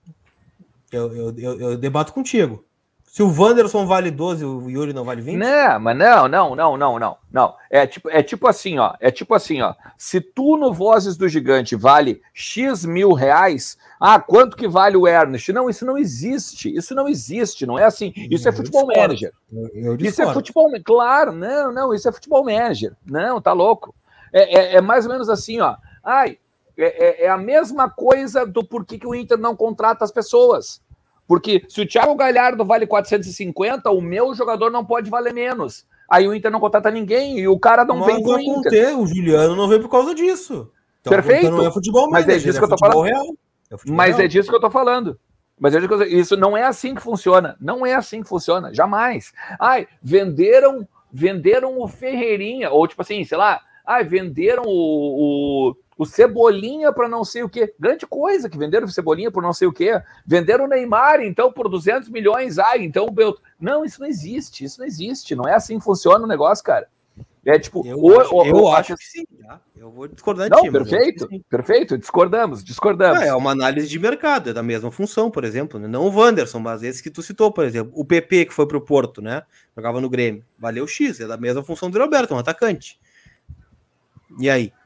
Eu, eu, eu, eu debato contigo. Se o Wanderson vale doze, o Yuri não vale vinte? Não, mas não, não, não, não, não, não. É tipo, é tipo assim, ó. É tipo assim, ó. Se tu no Vozes do Gigante vale X mil reais, ah, quanto que vale o Ernest? Não, isso não existe. Isso não existe, não é assim. Isso é futebol manager. Isso é futebol, claro, não, não, isso é futebol manager. Não, tá louco. É, é, é mais ou menos assim, ó. Ai, é, é a mesma coisa do porquê que o Inter não contrata as pessoas. Porque se o Thiago Galhardo vale quatrocentos e cinquenta, o meu jogador não pode valer menos. Aí o Inter não contrata ninguém e o cara não mas vem com o Inter. Ter, o Juliano não veio por causa disso. Então, Perfeito. Então não é futebol mas manager, é disso é que eu tô falando. Real. É mas real. é disso que eu tô falando. Mas é disso, que eu... isso não é assim que funciona. Não é assim que funciona. Jamais. Ai, venderam, venderam o Ferreirinha. Ou tipo assim, sei lá. Ai, venderam o... o... O Cebolinha para não sei o quê. Grande coisa que venderam o Cebolinha por não sei o quê. Venderam o Neymar, então, por duzentos milhões. Ah, então o Belt... Não, isso não existe. Isso não existe. Não é assim que funciona o negócio, cara. É tipo... Eu, o, acho, o, eu o, acho que sim. Tá? Eu vou discordar de não, ti. Perfeito, perfeito. Discordamos, discordamos. É, é uma análise de mercado. É da mesma função, por exemplo. Né? Não o Wanderson, mas esse que tu citou, por exemplo. O P P, que foi pro Porto, né? Jogava no Grêmio. Valeu X. É da mesma função do Roberto, um atacante. E aí?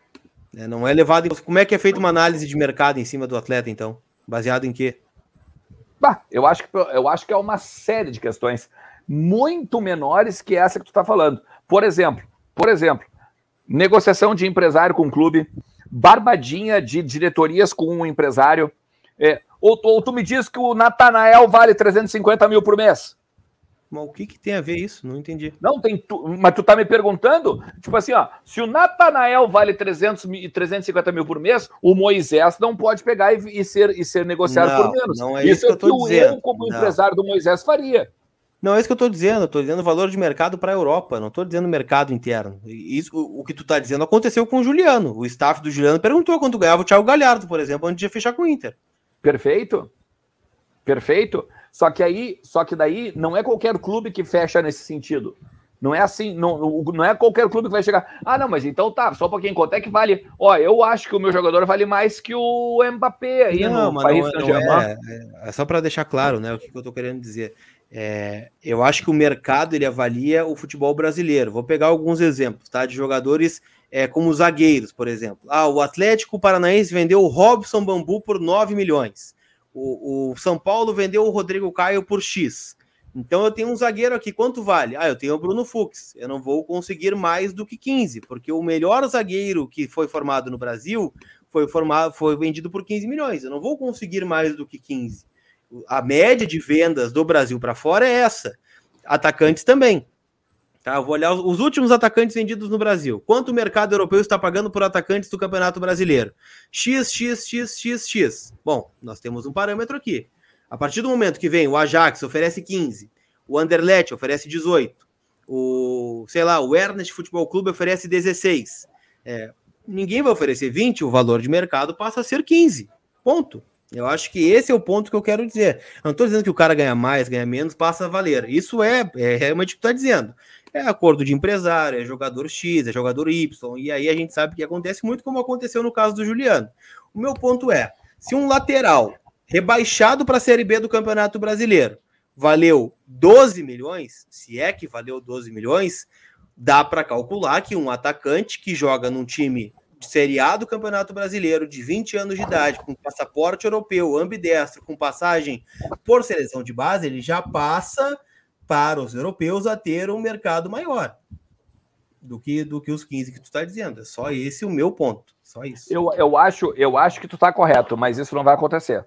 É, não é levado em... Como é que é feita uma análise de mercado em cima do atleta, então? Baseado em quê? Bah, eu, acho que, eu acho que é uma série de questões muito menores que essa que tu está falando. Por exemplo, por exemplo, negociação de empresário com o clube, barbadinha de diretorias com um empresário. É, ou, ou tu me diz que o Natanael vale trezentos e cinquenta mil por mês? Mas o que, que tem a ver isso? Não entendi. Não, tem tu, mas tu tá me perguntando, tipo assim, ó, se o Natanael vale trezentos, trezentos e cinquenta mil por mês, o Moisés não pode pegar e, e, ser, e ser negociado não, por menos. Não é isso, isso que eu tô que dizendo. eu, como não. empresário do Moisés, faria. Não é isso que eu estou dizendo, eu estou dizendo valor de mercado para a Europa, não estou dizendo mercado interno. Isso, o, o que tu está dizendo aconteceu com o Juliano. O staff do Juliano perguntou quanto ganhava o Thiago Galhardo, por exemplo, antes de fechar com o Inter. Perfeito. Perfeito. Só que aí, só que daí não é qualquer clube que fecha nesse sentido. Não é assim, não, não é qualquer clube que vai chegar. Ah, não, mas então tá, só para quem quanto é que vale. Ó, eu acho que o meu jogador vale mais que o Mbappé aí não, no Paris Saint-Germain. É, é, é só para deixar claro, né, o que, que eu estou querendo dizer. É, eu acho que o mercado ele avalia o futebol brasileiro. Vou pegar alguns exemplos, tá, de jogadores é, como zagueiros, por exemplo. Ah, o Atlético Paranaense vendeu o Robson Bambu por nove milhões. O, o São Paulo vendeu o Rodrigo Caio por X. Então eu tenho um zagueiro aqui, quanto vale? Ah, eu tenho o Bruno Fux. Eu não vou conseguir mais do que quinze, porque o melhor zagueiro que foi formado no Brasil foi, formado, foi vendido por quinze milhões. Eu não vou conseguir mais do que quinze. A média de vendas do Brasil para fora é essa. Atacantes também. Tá, eu vou olhar os, os últimos atacantes vendidos no Brasil. Quanto o mercado europeu está pagando por atacantes do Campeonato Brasileiro? X, X, X, X, X. Bom, nós temos um parâmetro aqui. A partir do momento que vem o Ajax oferece quinze, o Anderlecht oferece dezoito, o, sei lá, o Ernest Futebol Clube oferece dezesseis. É, ninguém vai oferecer vinte, o valor de mercado passa a ser quinze. Ponto. Eu acho que esse é o ponto que eu quero dizer. Eu não estou dizendo que o cara ganha mais, ganha menos, passa a valer. Isso é, é realmente o que está dizendo. É acordo de empresário, é jogador X, é jogador Y, e aí a gente sabe que acontece muito como aconteceu no caso do Juliano. O meu ponto é, se um lateral rebaixado para a Série B do Campeonato Brasileiro valeu doze milhões, se é que valeu doze milhões, dá para calcular que um atacante que joga num time de Série A do Campeonato Brasileiro, de vinte anos de idade, com passaporte europeu, ambidestro, com passagem por seleção de base, ele já passa para os europeus a ter um mercado maior do que, do que os quinze que tu está dizendo. É só esse o meu ponto. Só isso. Eu, eu, acho, eu acho que tu está correto, mas isso não vai acontecer.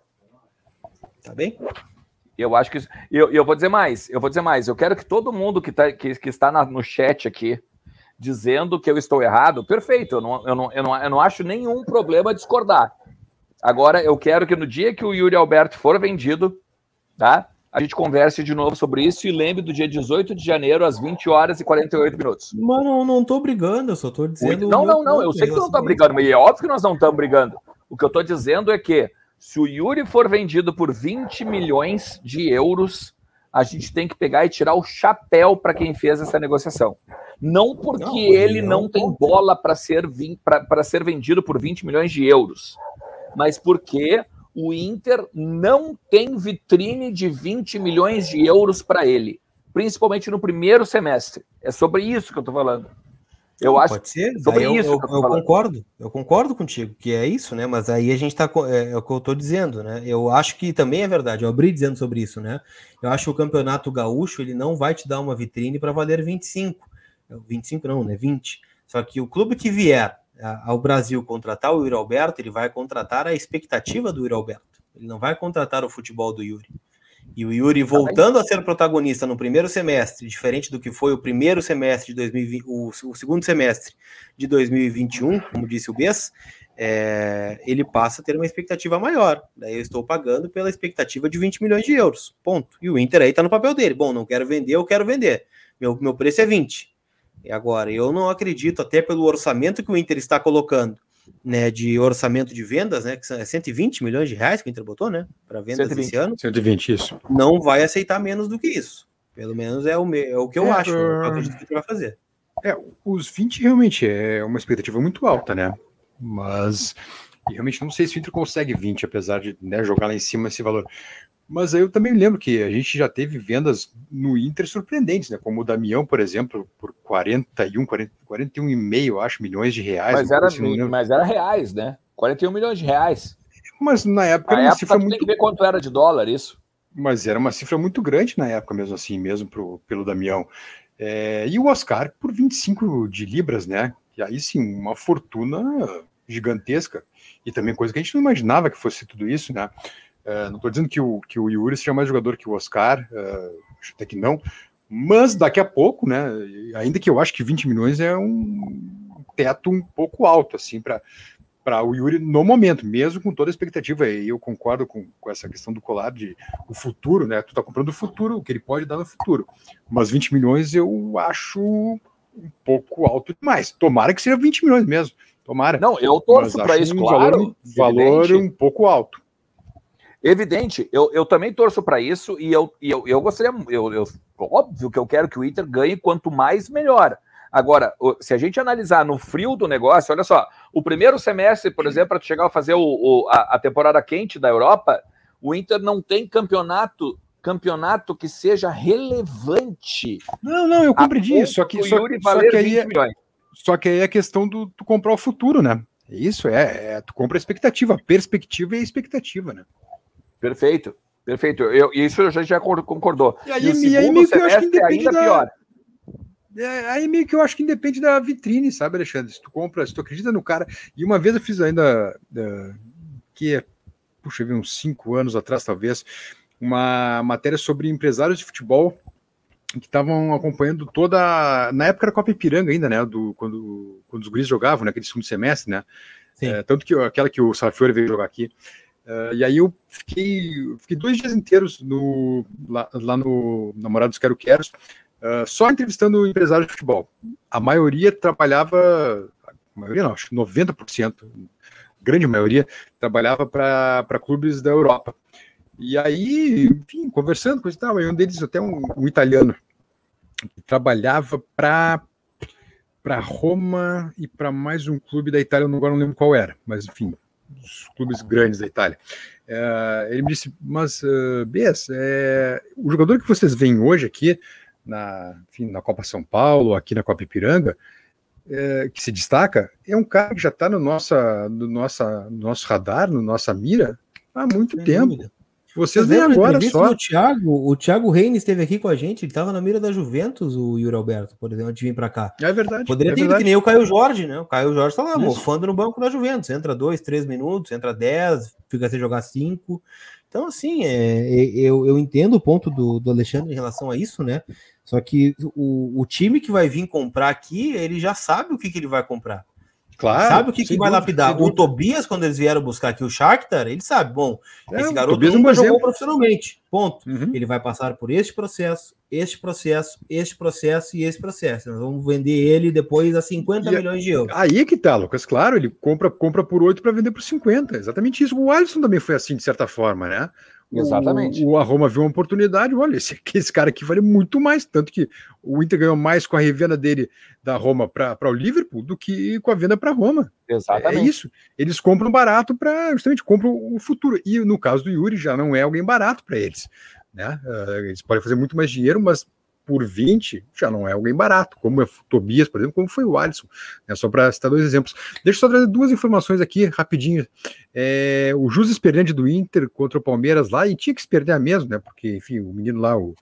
Tá bem? Eu acho que isso... Eu, eu vou dizer mais, eu vou dizer mais. Eu quero que todo mundo que, tá, que, que está na, no chat aqui dizendo que eu estou errado, perfeito, eu não, eu, não, eu, não, eu não acho nenhum problema discordar. Agora, eu quero que no dia que o Yuri Alberto for vendido, tá, a gente converse de novo sobre isso e lembre do dia dezoito de janeiro, às vinte horas e quarenta e oito minutos. Mano, não, não tô brigando, eu só tô dizendo... Não, não, não, eu sei que tu não tá brigando, mas é óbvio que nós não estamos brigando. O que eu tô dizendo é que se o Yuri for vendido por vinte milhões de euros, a gente tem que pegar e tirar o chapéu para quem fez essa negociação. Não porque não, ele não, não tem bola para ser, ser vendido por vinte milhões de euros, mas porque o Inter não tem vitrine de vinte milhões de euros para ele, principalmente no primeiro semestre. É sobre isso que eu estou falando. Eu acho Pode ser, sobre eu, isso eu, que eu, tô eu falando. concordo, eu concordo contigo, que é isso, né? Mas aí a gente tá, é, é o que eu tô dizendo, né? Eu acho que também é verdade, eu abri dizendo sobre isso, né? Eu acho que o Campeonato Gaúcho, ele não vai te dar uma vitrine para valer vinte e cinco. vinte e cinco não, né? vinte. Só que o clube que vier ao Brasil contratar o Yuri Alberto, ele vai contratar a expectativa do Yuri Alberto. Ele não vai contratar o futebol do Yuri. E o Yuri voltando a ser protagonista no primeiro semestre, diferente do que foi o primeiro semestre de dois mil e vinte, o, o segundo semestre de dois mil e vinte e um, como disse o Bess, é, ele passa a ter uma expectativa maior. Daí eu estou pagando pela expectativa de vinte milhões de euros. Ponto. E o Inter aí está no papel dele. Bom, não quero vender, eu quero vender. Meu, meu preço é vinte. E agora, eu não acredito, até pelo orçamento que o Inter está colocando, né, de orçamento de vendas, né, que são cento e vinte milhões de reais que o Inter botou, né, para vendas cento e vinte, esse ano. cento e vinte, isso. Não vai aceitar menos do que isso. Pelo menos é o, me, é o que eu é, acho, uh... eu acredito que ele vai fazer. É, os vinte realmente é uma expectativa muito alta, né, mas realmente não sei se o Inter consegue vinte, apesar de, né, jogar lá em cima esse valor. Mas eu também lembro que a gente já teve vendas no Inter surpreendentes, né? Como o Damião, por exemplo, por quarenta e um, quarenta, quarenta e um vírgula cinco, eu acho, milhões de reais. Mas era, assim, mas era reais, né? quarenta e um milhões de reais. Mas na época Na era uma época, cifra tu muito... tem que ver quanto era de dólar isso. Mas era uma cifra muito grande na época mesmo assim, mesmo pro, pelo Damião. É, e o Oscar por vinte e cinco de libras, né? E aí sim, uma fortuna gigantesca. E também coisa que a gente não imaginava que fosse tudo isso, né? É, não estou dizendo que o, que o Yuri seja mais jogador que o Oscar, é, acho até que não. Mas daqui a pouco, né? Ainda que eu acho que vinte milhões é um teto um pouco alto, assim, para para o Yuri no momento, mesmo com toda a expectativa, e eu concordo com, com essa questão do colar de o futuro, né? Tu tá comprando o futuro, o que ele pode dar no futuro. Mas vinte milhões eu acho um pouco alto demais. Tomara que seja vinte milhões mesmo. Tomara. Não, eu torço para isso, um claro. Valor, valor um pouco alto. Evidente, eu, eu também torço para isso e eu, e eu, eu gostaria, eu, eu, óbvio que eu quero que o Inter ganhe quanto mais melhor. Agora, se a gente analisar no frio do negócio, olha só, o primeiro semestre, por exemplo, para chegar a fazer o, o, a, a temporada quente da Europa, o Inter não tem campeonato campeonato que seja relevante. Não, não, eu compreendi isso, só que, só, só, que aí é, só que aí é a questão do tu comprar o futuro, né? Isso, é, é tu compra a expectativa, a perspectiva e a expectativa, né? Perfeito, perfeito. Eu, isso a gente já concordou. E aí, e o e aí meio que eu acho que independe ainda da... pior. É, aí meio que eu acho que independe da vitrine, sabe, Alexandre? Se tu compra, se tu acredita no cara. E uma vez eu fiz ainda, uh, que é, puxa, uns cinco anos atrás, talvez, uma matéria sobre empresários de futebol que estavam acompanhando toda. Na época era a Copa Ipiranga ainda, né? Do, quando, quando os guris jogavam, naquele segundo semestre, né? É, tanto que aquela que o Salafiore veio jogar aqui. Uh, e aí eu fiquei, fiquei dois dias inteiros no, lá, lá no Namorados Quero Queros. Uh, só entrevistando empresários de futebol. A maioria trabalhava, a maioria não, acho que noventa por cento, grande maioria, trabalhava para clubes da Europa. E aí, enfim, conversando, coisa e tal, aí um deles, até um, um italiano, que trabalhava para para Roma e para mais um clube da Itália, eu agora não lembro qual era, mas enfim, os clubes grandes da Itália. Uh, ele me disse, mas, uh, Bess, é, o jogador que vocês veem hoje aqui, Na, enfim, na Copa São Paulo, aqui na Copa Ipiranga, é, que se destaca, é um cara que já está no, nossa, no, nossa, no nosso radar, no nossa mira, há muito Sem tempo. Dúvida. Vocês veem agora só. O Thiago, o Thiago Reis esteve aqui com a gente, ele estava na mira da Juventus, o Yuri Alberto, por exemplo, antes de vir para cá. É verdade. Poderia é ter verdade. ido que nem o Caio Jorge, né? O Caio Jorge está lá, Isso. mofando no banco da Juventus. Entra dois, três minutos, entra dez, fica sem jogar cinco. Então, assim, é, eu, eu entendo o ponto do, do Alexandre em relação a isso, né? Só que o, o time que vai vir comprar aqui, ele já sabe o que, que ele vai comprar. Claro. Sabe o que, que vai dúvida, lapidar? O Tobias, quando eles vieram buscar aqui o Shakhtar, ele sabe, bom, é, esse garoto Tobias nunca é um jogou exemplo. profissionalmente, ponto. Uhum. Ele vai passar por este processo, este processo, este processo e esse processo. Nós vamos vender ele depois a cinquenta e milhões de euros. Aí que tá, Lucas, claro, ele compra, compra por oito para vender por cinquenta, exatamente isso. O Alisson também foi assim, de certa forma, né? Exatamente. O, o a Roma viu uma oportunidade, olha, esse, esse cara aqui vale muito mais, tanto que o Inter ganhou mais com a revenda dele da Roma para o Liverpool do que com a venda para Roma. Exatamente. É isso. Eles compram barato para justamente compram o futuro. E no caso do Yuri já não é alguém barato para eles, né? Uh, eles podem fazer muito mais dinheiro, mas por vinte já não é alguém barato, como é o Tobias, por exemplo, como foi o Alisson, né? Só para citar dois exemplos. Deixa eu só trazer duas informações aqui, rapidinho. É, o Júlio Esperante do Inter contra o Palmeiras lá, e tinha que se perder mesmo, né? Porque, enfim, o menino lá, o,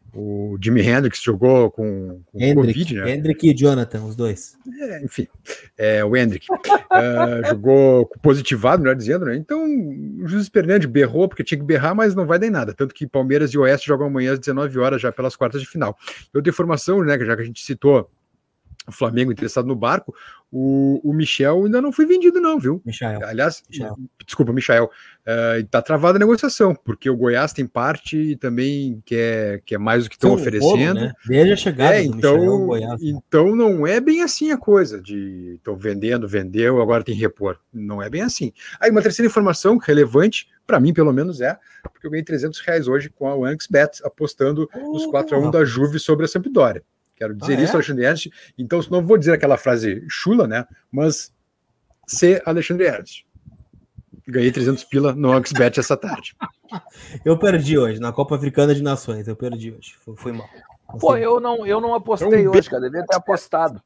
o Jimi Hendrix, jogou com, com Hendrick, Covid, né? Hendrick e Jonathan, os dois. É, enfim, é, o Hendrick uh, jogou positivado, melhor dizendo, né? Então, o Júlio Esperante berrou, porque tinha que berrar, mas não vai dar em nada. Tanto que Palmeiras e Oeste jogam amanhã às dezenove horas, já pelas quartas de final. Outra informação, né, já que a gente citou o Flamengo interessado no Barco, o, o Michel ainda não foi vendido não, viu? Michael. Aliás, Michel. desculpa, Michael, está uh, travada a negociação, porque o Goiás tem parte e também quer, quer mais do que estão oferecendo. Bolo, né? Desde a chegada é, do então, Michel, Goiás. Então não é bem assim a coisa de estão vendendo, vendeu, agora tem que repor. Não é bem assim. Aí uma terceira informação relevante, para mim pelo menos é, porque eu ganhei trezentos reais hoje com a OneXBet, apostando oh, nos quatro a um da Juve sobre a Sampdoria. Quero dizer ah, isso, é? Alexandre Ernst. Então, não vou dizer aquela frase chula, né? Mas ser Alexandre Ernst. Ganhei trezentos pila no Oxbet essa tarde. Eu perdi hoje, na Copa Africana de Nações. Eu perdi hoje. Foi, foi mal. Não Pô, sei. eu não, eu não apostei É um hoje, cara. Devia ter apostado.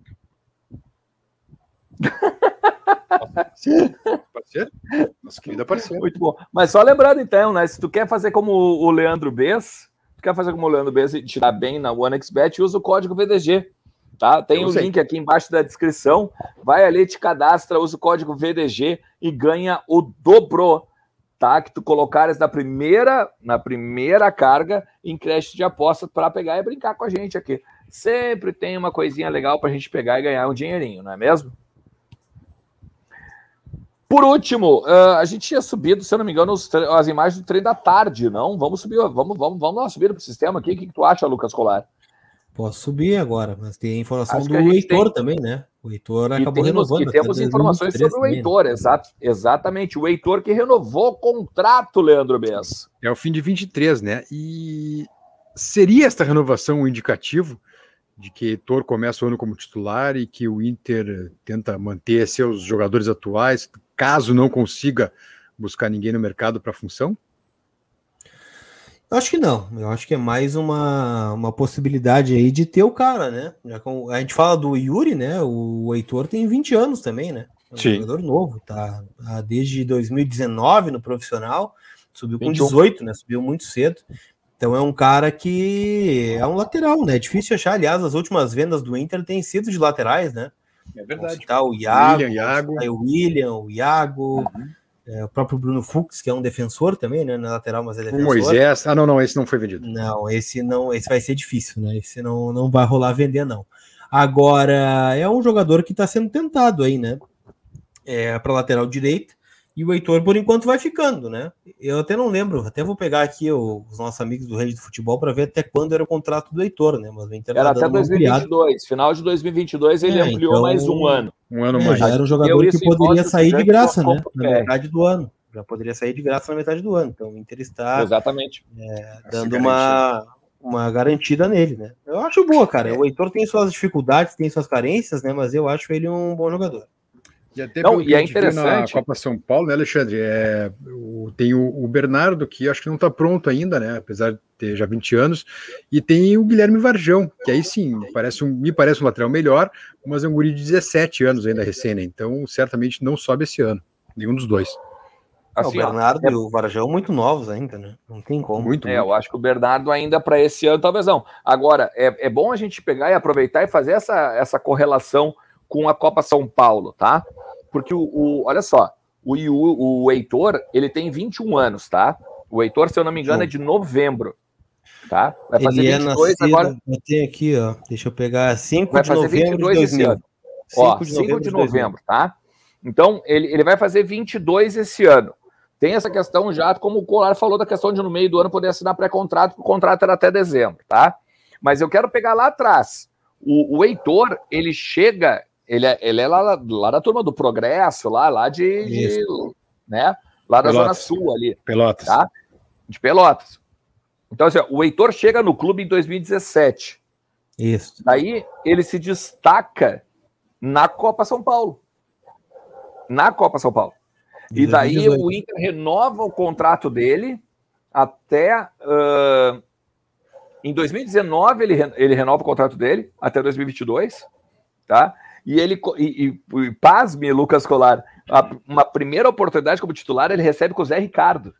Sim, parceiro? Nossa querida parceira. Muito bom. Mas só lembrando, então, né? Se tu quer fazer como o Leandro Bess, tu quer fazer como o Leandro Bess e tirar bem na OneXBet, usa o código V D G. Tá? Tem Eu o sei. link aqui embaixo da descrição. Vai ali, te cadastra, usa o código V D G e ganha o dobro, tá? Que tu colocares na primeira, na primeira carga em crédito de aposta para pegar e brincar com a gente aqui. Sempre tem uma coisinha legal pra gente pegar e ganhar um dinheirinho, não é mesmo? Por último, uh, a gente tinha subido, se eu não me engano, os tre- as imagens do treino da tarde, não? Vamos subir, vamos, vamos, vamos lá subir pro sistema aqui. O que, que tu acha, Lucas Colar? Posso subir agora, mas tem a informação Acho do que a gente Heitor tem- também, né? O Heitor E, acabou temos, renovando. e temos até informações dois mil e vinte e três sobre o também, né? Heitor, exato, exatamente. O Heitor que renovou o contrato, Leandro Bess. É o fim de vinte e três, né? E seria esta renovação um indicativo de que Heitor começa o ano como titular e que o Inter tenta manter seus jogadores atuais, caso não consiga buscar ninguém no mercado para a função? Eu acho que não. Eu acho que é mais uma, uma possibilidade aí de ter o cara, né? Já com, a gente fala do Yuri, né? O Heitor tem vinte anos também, né? É um Sim. jogador novo, tá? Tá desde dois mil e dezenove no profissional, subiu com vinte e um. dezoito, né? Subiu muito cedo. Então é um cara que é um lateral, né? É difícil achar. Aliás, as últimas vendas do Inter têm sido de laterais, né? É Vamos citar o Iago, William, Iago. o William, o Iago, é, o próprio Bruno Fux, que é um defensor também, né? Na lateral, mas é O defensor. Moisés. Ah, não, não, esse não foi vendido. Não, esse não, esse vai ser difícil, né? Esse não, não vai rolar vender, não. Agora, é um jogador que está sendo tentado aí, né? É, para lateral direita. E o Heitor, por enquanto, vai ficando, né? Eu até não lembro, até vou pegar aqui o- os nossos amigos do Rede do Futebol para ver até quando era o contrato do Heitor, né? Mas o Inter Era tá até dando uma dois mil e vinte e ampliada. dois. Final de dois mil e vinte e dois ele É, ampliou então- mais um ano. Um ano É, mais. já era um Deu jogador que isso em poderia voz sair de gigante graça, ponto né? com Na ponto b r. metade do ano. Já poderia sair de graça na metade do ano. Então o Inter está Exatamente. dando uma, uma garantida nele, né? Eu acho boa, cara. O Heitor tem suas dificuldades, tem suas carências, né? Mas eu acho ele um bom jogador. E até Não, pelo e que é a gente viu na interessante- Copa São Paulo, né, Alexandre? É, o- tem o, o Bernardo, que acho que não está pronto ainda, né? Apesar de ter já vinte anos, e tem o Guilherme Varjão, que aí sim, parece um, me parece um lateral melhor, mas é um guri de dezessete anos ainda recém, né? Então certamente não sobe esse ano, nenhum dos dois. Assim, o ó, Bernardo é- e o Varjão muito novos ainda, né? Não tem como. Muito, É, muito. eu acho que o Bernardo ainda para esse ano talvez não. Agora, é, é bom a gente pegar e aproveitar e fazer essa, essa correlação com a Copa São Paulo, tá? Porque o, o- olha só, o, Iu- o Heitor, ele tem vinte e um anos, tá? O Heitor, se eu não me engano, é de novembro, tá? Vai fazer Ele é vinte e dois nascido, agora, eu tenho aqui, ó. Deixa eu pegar cinco vai de fazer novembro vinte e de dois dois esse mil. ano. Ó, cinco de cinco novembro de de dois mil. novembro, tá? Então, ele, ele vai fazer vinte e dois esse ano. Tem essa questão já, como o Colar falou, da questão de no meio do ano poder assinar pré-contrato, porque o contrato era até dezembro, tá? Mas eu quero pegar lá atrás. O, o Heitor, ele chega, ele é, ele é lá, lá da turma do Progresso, lá, lá de, de né? Lá da Pelotas. Zona Sul ali, Pelotas. tá? De Pelotas. Então, assim, ó, o Heitor chega no clube em dois mil e dezessete. Isso. Daí ele se destaca na Copa São Paulo. Na Copa São Paulo. E daí dois mil e dezoito. o Inter renova o contrato dele até. Uh, em dois mil e dezenove, ele, re- ele renova o contrato dele até dois mil e vinte e dois. Tá? E ele. co- E, e, e pasme, Lucas Colar, a- uma primeira oportunidade como titular ele recebe com o Zé Ricardo.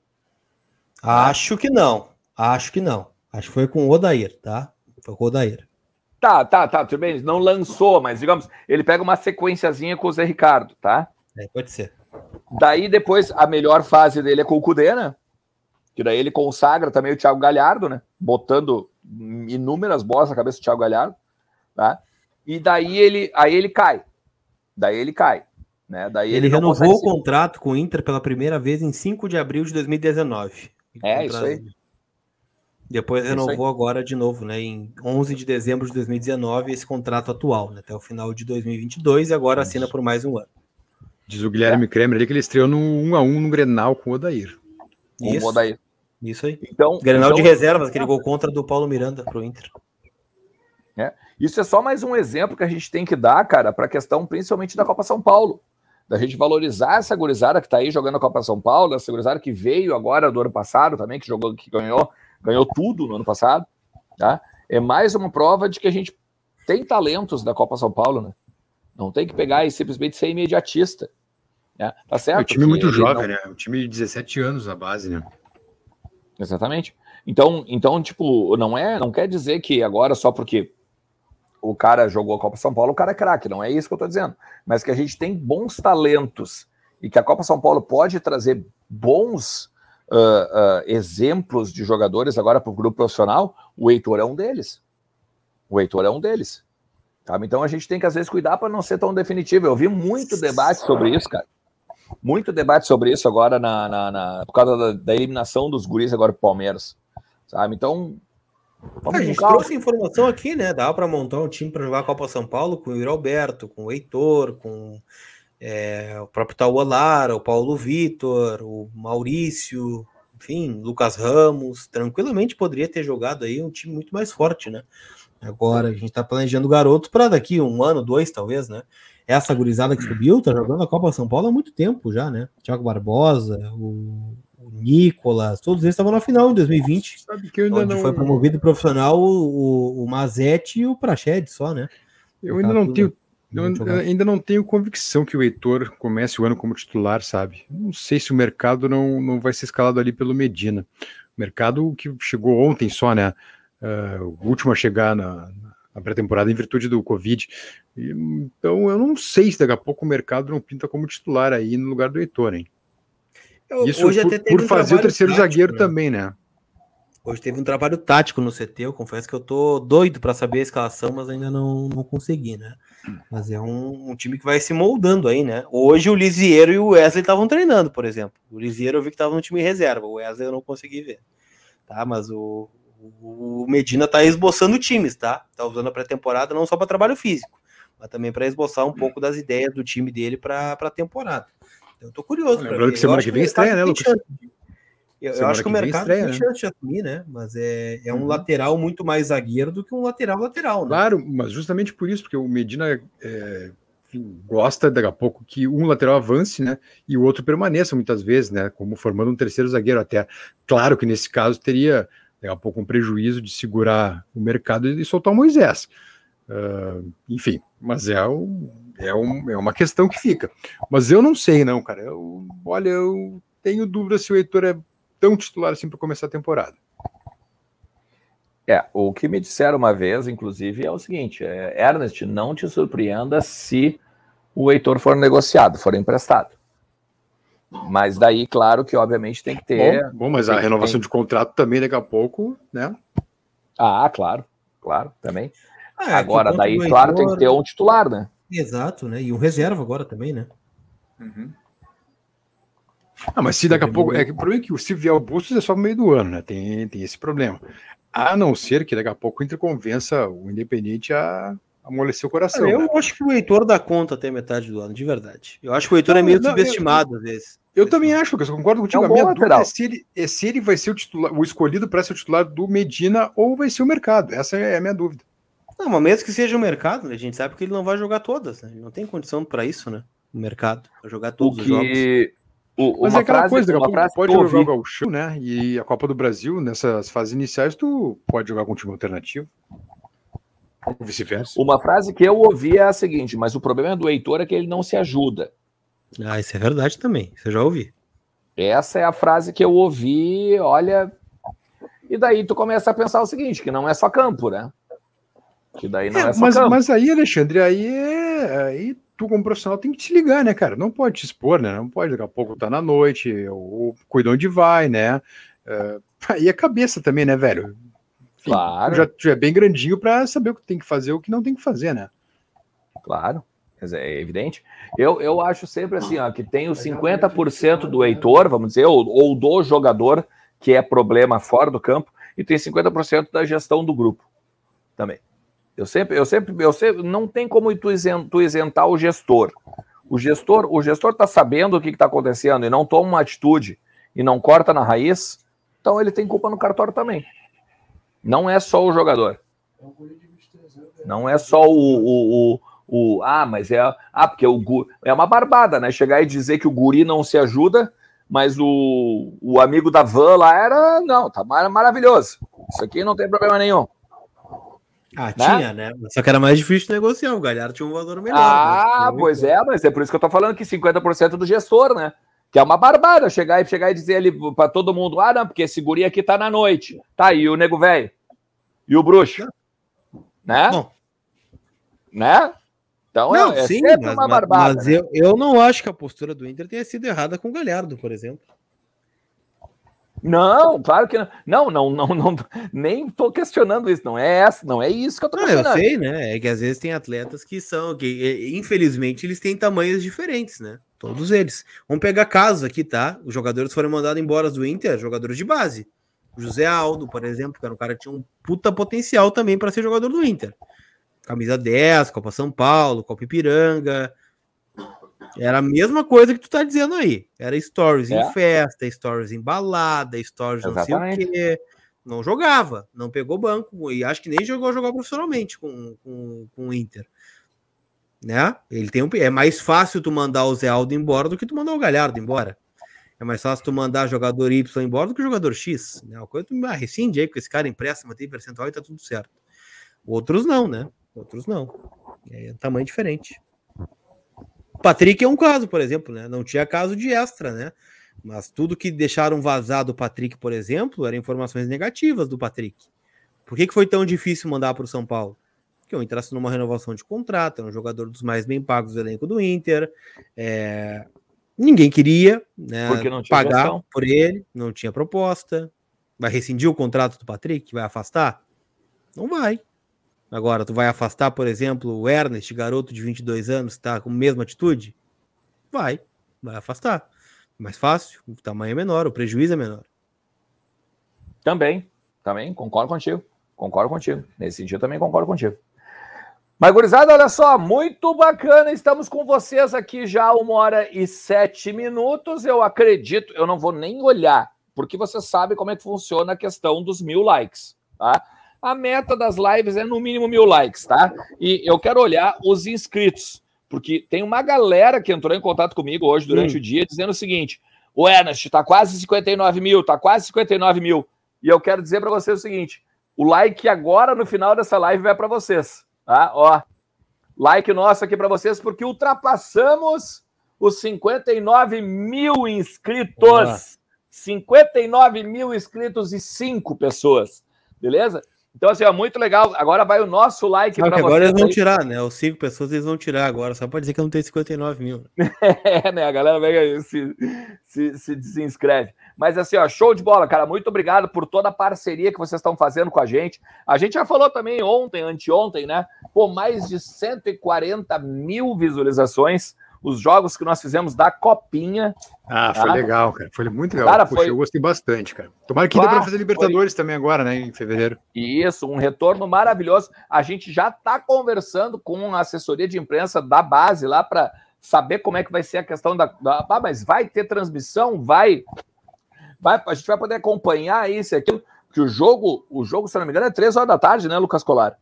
Acho que não. Acho que não. Acho que foi com o Odair, tá? Foi com o Odair. Tá, tá, tá, tudo bem. Ele não lançou, mas digamos, ele pega uma sequenciazinha com o Zé Ricardo, tá? É, pode ser. Daí depois a melhor fase dele é com o Cudê, né? Que daí ele consagra também o Thiago Galhardo, né? Botando inúmeras bolas na cabeça do Thiago Galhardo, tá? E daí ele, aí ele cai. Daí ele cai, né? Daí Ele, ele, não renovou consegue o contrato com o Inter pela primeira vez em cinco de abril de dois mil e dezenove. É, isso aí. Depois Isso renovou agora de novo, né? Em onze de dezembro de dois mil e dezenove, esse contrato atual, né? Até o final de dois mil e vinte e dois, e agora assina por mais um ano. Diz o Guilherme Kremer ali que ele estreou no um a um no Grenal com o Odair. com o Isso, Odair. isso aí. Então, Grenal então, de reservas, aquele gol contra do Paulo Miranda pro Inter. isso é só mais um exemplo que a gente tem que dar, cara, para a questão principalmente da Copa São Paulo. Da gente valorizar essa gurizada que tá aí jogando a Copa São Paulo, essa gurizada que veio agora do ano passado também, que jogou, que ganhou, ganhou tudo no ano passado, tá? É mais uma prova de que a gente tem talentos da Copa São Paulo, né? Não tem que pegar e simplesmente ser imediatista. Né? Tá certo? É um time muito jovem, não... né? Um time de dezessete anos na base, né? Exatamente. Então, então, tipo, não é, não quer dizer que agora só porque o cara jogou a Copa São Paulo, o cara é craque, não é isso que eu tô dizendo. Mas que a gente tem bons talentos e que a Copa São Paulo pode trazer bons uh, uh, exemplos de jogadores agora para o grupo profissional, o Heitor é um deles. O Heitor é um deles. Tá? Então a gente tem que às vezes cuidar para não ser tão definitivo. Eu vi muito debate sobre isso, cara. Muito debate sobre isso agora na, na, na, por causa da, da eliminação dos guris agora pro Palmeiras. Sabe? Então... A gente trouxe informação aqui, né? Dá para montar um time para jogar a Copa São Paulo com o Yuri Alberto, com o Heitor, com é, o próprio Tauan Lara, o Paulo Vitor, o Maurício, enfim, Lucas Ramos. Tranquilamente poderia ter jogado aí um time muito mais forte, né? Agora a gente tá planejando garoto para daqui um ano, dois, talvez, né? Essa gurizada que subiu tá jogando a Copa São Paulo há muito tempo já, né? Thiago Barbosa, o Nicolas, todos eles estavam na final em dois mil e vinte. Sabe que eu ainda onde não... foi promovido profissional o, o Mazete e o Prached só, né? Eu ainda não tenho, eu ainda não tenho convicção que o Heitor comece o ano como titular, sabe? Não sei se o mercado não, não vai ser escalado ali pelo Medina. O mercado que chegou ontem só, né? Uh, o último a chegar na, na pré-temporada em virtude do Covid. E, então eu não sei se daqui a pouco o mercado não pinta como titular aí no lugar do Heitor, hein? Isso hoje por, até teve por um fazer o terceiro tático, zagueiro né? também, né? Hoje teve um trabalho tático no C T, eu confesso que eu tô doido para saber a escalação, mas ainda não, não consegui, né? Mas é um, um time que vai se moldando aí, né? Hoje o Lisieiro e o Wesley estavam treinando, por exemplo. O Lisieiro eu vi que estava no time reserva, o Wesley eu não consegui ver. Tá? Mas o, o Medina tá esboçando times, tá? Tá usando a pré-temporada não só para trabalho físico, mas também para esboçar um pouco das ideias do time dele para a temporada. Eu tô curioso. Lembrando que semana que vem estreia, né, Lucas? Eu, eu acho que o mercado estreia, tem chance, né, de assumir, né? Mas é, é um uhum. lateral muito mais zagueiro do que um lateral-lateral, né? Claro, mas justamente por isso, porque o Medina é, enfim, gosta daqui a pouco que um lateral avance, né? E o outro permaneça muitas vezes, né? Como formando um terceiro zagueiro até. Claro que nesse caso teria daqui a pouco um prejuízo de segurar o mercado e soltar o Moisés. Uh, enfim, mas é, um, é, um, é uma questão que fica. Mas eu não sei, não, cara. Eu, olha, eu tenho dúvida se o Heitor é tão titular assim para começar a temporada. É, o que me disseram uma vez, inclusive, é o seguinte: é, Ernest, não te surpreenda se o Heitor for negociado, for emprestado. Mas daí, claro que obviamente tem que ter... Bom, bom mas a renovação tem... de contrato também daqui a pouco, né? Ah, claro, claro, também. Ah, é, agora, daí, claro, Heitor... tem que ter um titular, né? Exato, né? E um reserva agora também, né? Uhum. Ah, mas se daqui a pouco... É que o problema é que se vier o Bustos é só no meio do ano, né? Tem, tem esse problema. A não ser que daqui a pouco o Inter convença o Independente a amolecer o coração. Ah, eu né? acho que o Heitor dá conta até metade do ano, de verdade. Eu acho que o Heitor não, é meio não, subestimado eu, às vezes. Eu também acho, Lucas, eu concordo contigo. É um a minha dúvida é se, ele, é se ele vai ser o, titular, o escolhido para ser o titular do Medina ou vai ser o mercado. Essa é a minha dúvida. Não, mas mesmo que seja o mercado, a gente sabe que ele não vai jogar todas, né? Ele não tem condição para isso, né? O mercado, para jogar todos o os que... jogos. O, Mas é aquela frase, coisa, daqui a pouco tu pode jogar o Gauchão, né? E a Copa do Brasil, nessas fases iniciais, tu pode jogar com um time alternativo. Ou vice-versa. Uma frase que eu ouvi é a seguinte: mas o problema do Heitor é que ele não se ajuda. Ah, isso é verdade também. Você já ouvi. Essa é a frase que eu ouvi, olha. E daí tu começa a pensar o seguinte: que não é só campo, né? Que daí não é, é só mas, campo. Mas aí, Alexandre, aí é. Aí tu, como profissional, tem que te ligar, né, cara? Não pode te expor, né? Não pode, daqui a pouco tá na noite, ou cuida onde vai, né? Uh, aí a cabeça também, né, velho? Enfim, claro. Tu já, tu já é bem grandinho pra saber o que tem que fazer e o que não tem que fazer, né? Claro, é evidente. Eu, eu acho sempre assim, ó, que tem os cinquenta por cento do Heitor, vamos dizer, ou, ou do jogador, que é problema fora do campo, e tem cinquenta por cento da gestão do grupo também. Eu sempre, eu sempre, eu sempre, não tem como tu isentar, tu isentar o gestor. O gestor, o gestor está sabendo o que está acontecendo e não toma uma atitude e não corta na raiz, então ele tem culpa no cartório também. Não é só o jogador. Não é só o, o, o, o... Ah, mas é... Ah, porque o gu... é uma barbada, né? Chegar e dizer que o guri não se ajuda, mas o, o amigo da van lá era... Não, tá mar... maravilhoso. Isso aqui não tem problema nenhum. Ah, tinha, né? Só que era mais difícil de negociar. O Galhardo tinha um valor melhor. Ah, né? Pois é, mas é por isso que eu tô falando que cinquenta por cento do gestor, né? Que é uma barbada chegar e, chegar e dizer ali pra todo mundo, ah, não, porque esse guri aqui tá na noite. Tá, e o nego velho? E o bruxo? Né? Bom. Né? Então não, é, é sim, sempre mas, uma barbada. Mas né? eu, eu não acho que a postura do Inter tenha sido errada com o Galhardo, por exemplo. Não, claro que não. Não, não, não, não nem tô questionando isso. Não é essa, não é isso que eu tô questionando. Ah, eu sei, né? É que às vezes tem atletas que são, que infelizmente eles têm tamanhos diferentes, né? Todos eles. Vamos pegar casos aqui, tá? Os jogadores foram mandados embora do Inter, jogadores de base. O José Aldo, por exemplo, que era um cara que tinha um puta potencial também para ser jogador do Inter. Camisa dez, Copa São Paulo, Copa Ipiranga. Era a mesma coisa que tu tá dizendo aí. Era stories é. em festa, stories em balada, stories Exatamente. não sei o quê. Não jogava, não pegou banco. E acho que nem jogou jogar profissionalmente com, com, com o Inter. Né? Ele tem um, é mais fácil tu mandar o Zé Aldo embora do que tu mandar o Galhardo embora. É mais fácil tu mandar jogador Y embora do que o jogador X. Né? Uma coisa tu me rescinde aí, porque esse cara empresta, mantém percentual e tá tudo certo. Outros não, né? Outros não. É tamanho diferente. O Patrick é um caso, por exemplo, né? Não tinha caso de extra, né? Mas tudo que deixaram vazar do Patrick, por exemplo, eram informações negativas do Patrick. Por que, que foi tão difícil mandar para o São Paulo? Porque o Inter assinou uma renovação de contrato, é um jogador dos mais bem pagos do elenco do Inter. É... Ninguém queria né, Porque não tinha pagar gestão. por ele, não tinha proposta. Vai rescindir o contrato do Patrick? Vai afastar? Não vai. Agora, tu vai afastar, por exemplo, o Ernest, garoto de vinte e dois anos, que tá com a mesma atitude? Vai, vai afastar. Mais fácil, o tamanho é menor, o prejuízo é menor. Também, também, concordo contigo. Concordo contigo. Nesse sentido, também concordo contigo. Mas, gurizada, olha só, muito bacana. Estamos com vocês aqui já uma hora e sete minutos. Eu acredito, eu não vou nem olhar, porque você sabe como é que funciona a questão dos mil likes, tá? A meta das lives é no mínimo mil likes, tá? E eu quero olhar os inscritos, porque tem uma galera que entrou em contato comigo hoje durante hum. o dia dizendo o seguinte: o Ernest tá quase cinquenta e nove mil, tá quase cinquenta e nove mil. E eu quero dizer para vocês o seguinte: o like agora no final dessa live vai para vocês, tá? Ó, like nosso aqui para vocês, porque ultrapassamos os cinquenta e nove mil inscritos. Olá. cinquenta e nove mil inscritos e cinco pessoas, beleza? Então, assim, é muito legal. Agora vai o nosso like para vocês. Agora eles vão aí. tirar, né? Os cinco pessoas eles vão tirar agora, só para dizer que eu não tenho cinquenta e nove mil. É, né? A galera vai se, se, se desinscreve. Mas, assim, ó, show de bola, cara. Muito obrigado por toda a parceria que vocês estão fazendo com a gente. A gente já falou também ontem, anteontem, né? Pô, mais de cento e quarenta mil visualizações. Os jogos que nós fizemos da Copinha. Ah, foi tá? legal, cara. Foi muito legal. Cara, Poxa, foi... eu gostei bastante, cara. Tomara que dê para fazer Libertadores foi... também agora, né? Em fevereiro. Isso, um retorno maravilhoso. A gente já está conversando com a assessoria de imprensa da base lá para saber como é que vai ser a questão da... da... Ah, mas vai ter transmissão? Vai. vai. A gente vai poder acompanhar isso e aquilo. Que o jogo, o jogo, se não me engano, é três horas da tarde, né, Lucas Colar?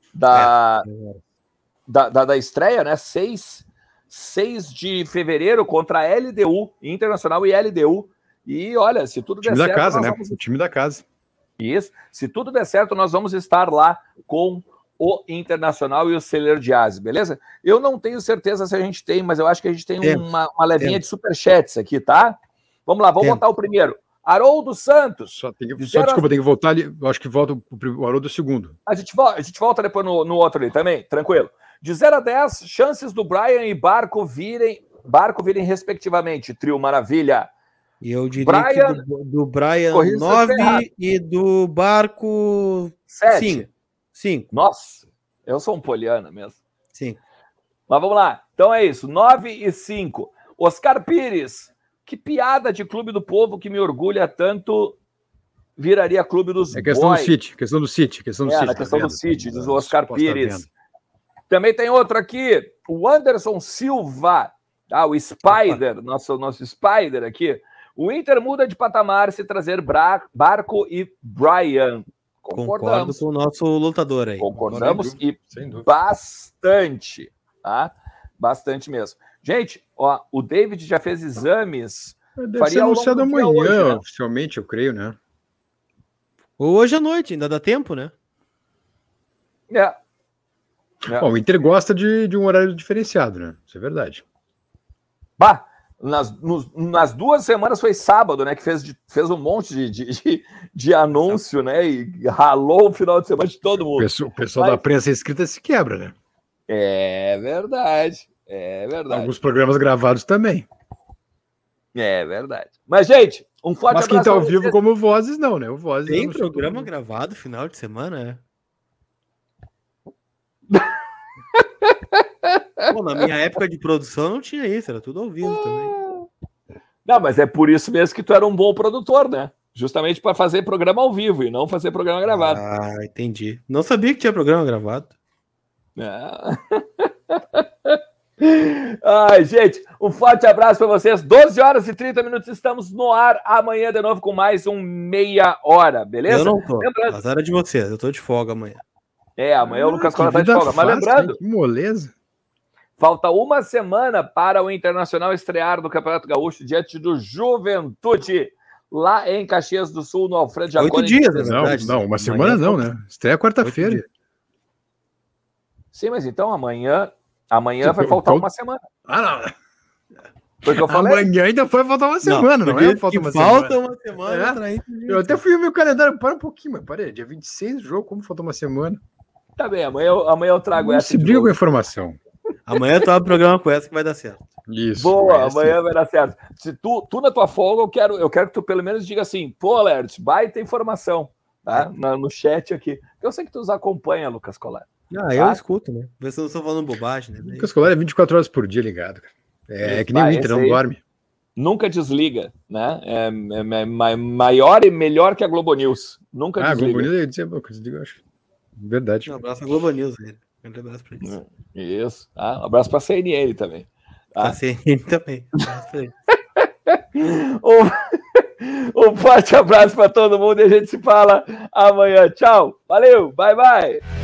Da... É. Da, da, da estreia, né? Seis... seis de fevereiro contra a L D U, Internacional e L D U. E olha, se tudo der certo... O time da casa, né? Vamos... O time da casa. Isso. Se tudo der certo, nós vamos estar lá com o Internacional e o Celeiro Dias, beleza? Eu não tenho certeza se a gente tem, mas eu acho que a gente tem Temos. uma, uma levinha Temos. de superchats aqui, tá? Vamos lá, vamos Temos. botar o primeiro. Haroldo Santos. Só, tem que, só desculpa, as... tem que voltar ali. Eu acho que volta o, o Haroldo segundo. A gente, volta, a gente volta depois no, no outro ali também, tranquilo. De zero a dez, chances do Brian e Barco virem, Barco virem respectivamente. Trio Maravilha. E eu diria Brian, que do, do Brian nove e do Barco sete. cinco. Nossa, eu sou um poliana mesmo. Sim. Mas vamos lá. Então é isso, nove e cinco. Oscar Pires. Que piada de Clube do Povo que me orgulha tanto viraria Clube dos É questão boys. do City, questão do City. Questão do é, City, na questão tá do City, diz o Oscar Posso Pires. Também tem outro aqui, o Anderson Silva, ah, o Spider, nosso, nosso Spider aqui. O Inter muda de patamar se trazer Bra Barco e Brian. Concordamos. Concordo com o nosso lutador aí. Concordamos e bastante. tá? Bastante mesmo. Gente, ó, o David já fez exames. Deve Faria ser ao longo anunciado do dia amanhã, hoje, né? oficialmente, eu creio, né? Ou hoje à noite, ainda dá tempo, né? É. É. Bom, o Inter gosta de, de um horário diferenciado, né? Isso é verdade. Bah, nas, nos, nas duas semanas foi sábado, né? Que fez, de, fez um monte de, de, de, de anúncio, né? E ralou o final de semana de todo O mundo. pessoal, o pessoal Mas- da prensa escrita se quebra, né? É verdade. É verdade. Alguns programas gravados também. É verdade. Mas, gente, um forte Mas quem abraço tá ao pra vivo vocês. como o Vozes, não, né? O Vozes Tem anunciou programa todo mundo. gravado final de semana, é? Pô, na minha época de produção não tinha isso, era tudo ao vivo também. Não, mas é por isso mesmo que tu era um bom produtor, né? Justamente para fazer programa ao vivo e não fazer programa gravado. Ah, entendi. Não sabia que tinha programa gravado. É. Ai, gente, um forte abraço para vocês. doze horas e trinta minutos, estamos no ar. Amanhã de novo com mais um meia hora, beleza? Eu não tô. Lembrando... Azar é de vocês, eu tô de folga amanhã. É, amanhã o Lucas Cola tá de vida folga. Mas fácil, lembrando, hein? Que moleza. falta uma semana para o Internacional estrear no Campeonato Gaúcho diante do Juventude, lá em Caxias do Sul, no Alfredo Jaconi. Oito dias, na Não, verdade. não, uma Amanhã semana não, falta- né? Estreia quarta-feira. Oito Sim, mas então amanhã, amanhã vai Então- faltar então- uma semana. Ah, não. Foi o que eu falei? Amanhã ainda foi faltar uma semana, não, por é? isso Falta que uma falta semana. uma semana É. pra ir. Eu até fui o meu calendário, para um pouquinho, mas parei, dia vinte e seis do jogo, como faltou uma semana? Tá bem, amanhã, eu- amanhã eu trago Não essa. se de briga com novo. a informação. Amanhã eu tava programa com essa que vai dar certo. Isso. Boa, é assim. amanhã vai dar certo. Se tu, tu na tua folga, eu quero, eu quero que tu pelo menos diga assim, pô, Alert, baita informação, tá? Na- no chat aqui. Eu sei que tu nos acompanha, Lucas Colar. Ah, eu Tá. escuto, né? Vê se eu não estou falando bobagem, né? O Lucas Colar é vinte e quatro horas por dia ligado, cara. É, Isso, que nem vai, o Inter, esse não aí. dorme. Nunca desliga, né? É, é- é ma- maior e melhor que a Globo News. Nunca Ah, desliga. Globo News, eu disse, eu desligo, eu acho. Verdade. Um abraço à Globo News, velho. Um abraço pra eles. Isso. Tá? Um abraço pra C N N também. Tá? Pra C N N também. Um abraço pra eles. Um, um forte abraço para todo mundo e a gente se fala amanhã. Tchau. Valeu. Bye, bye.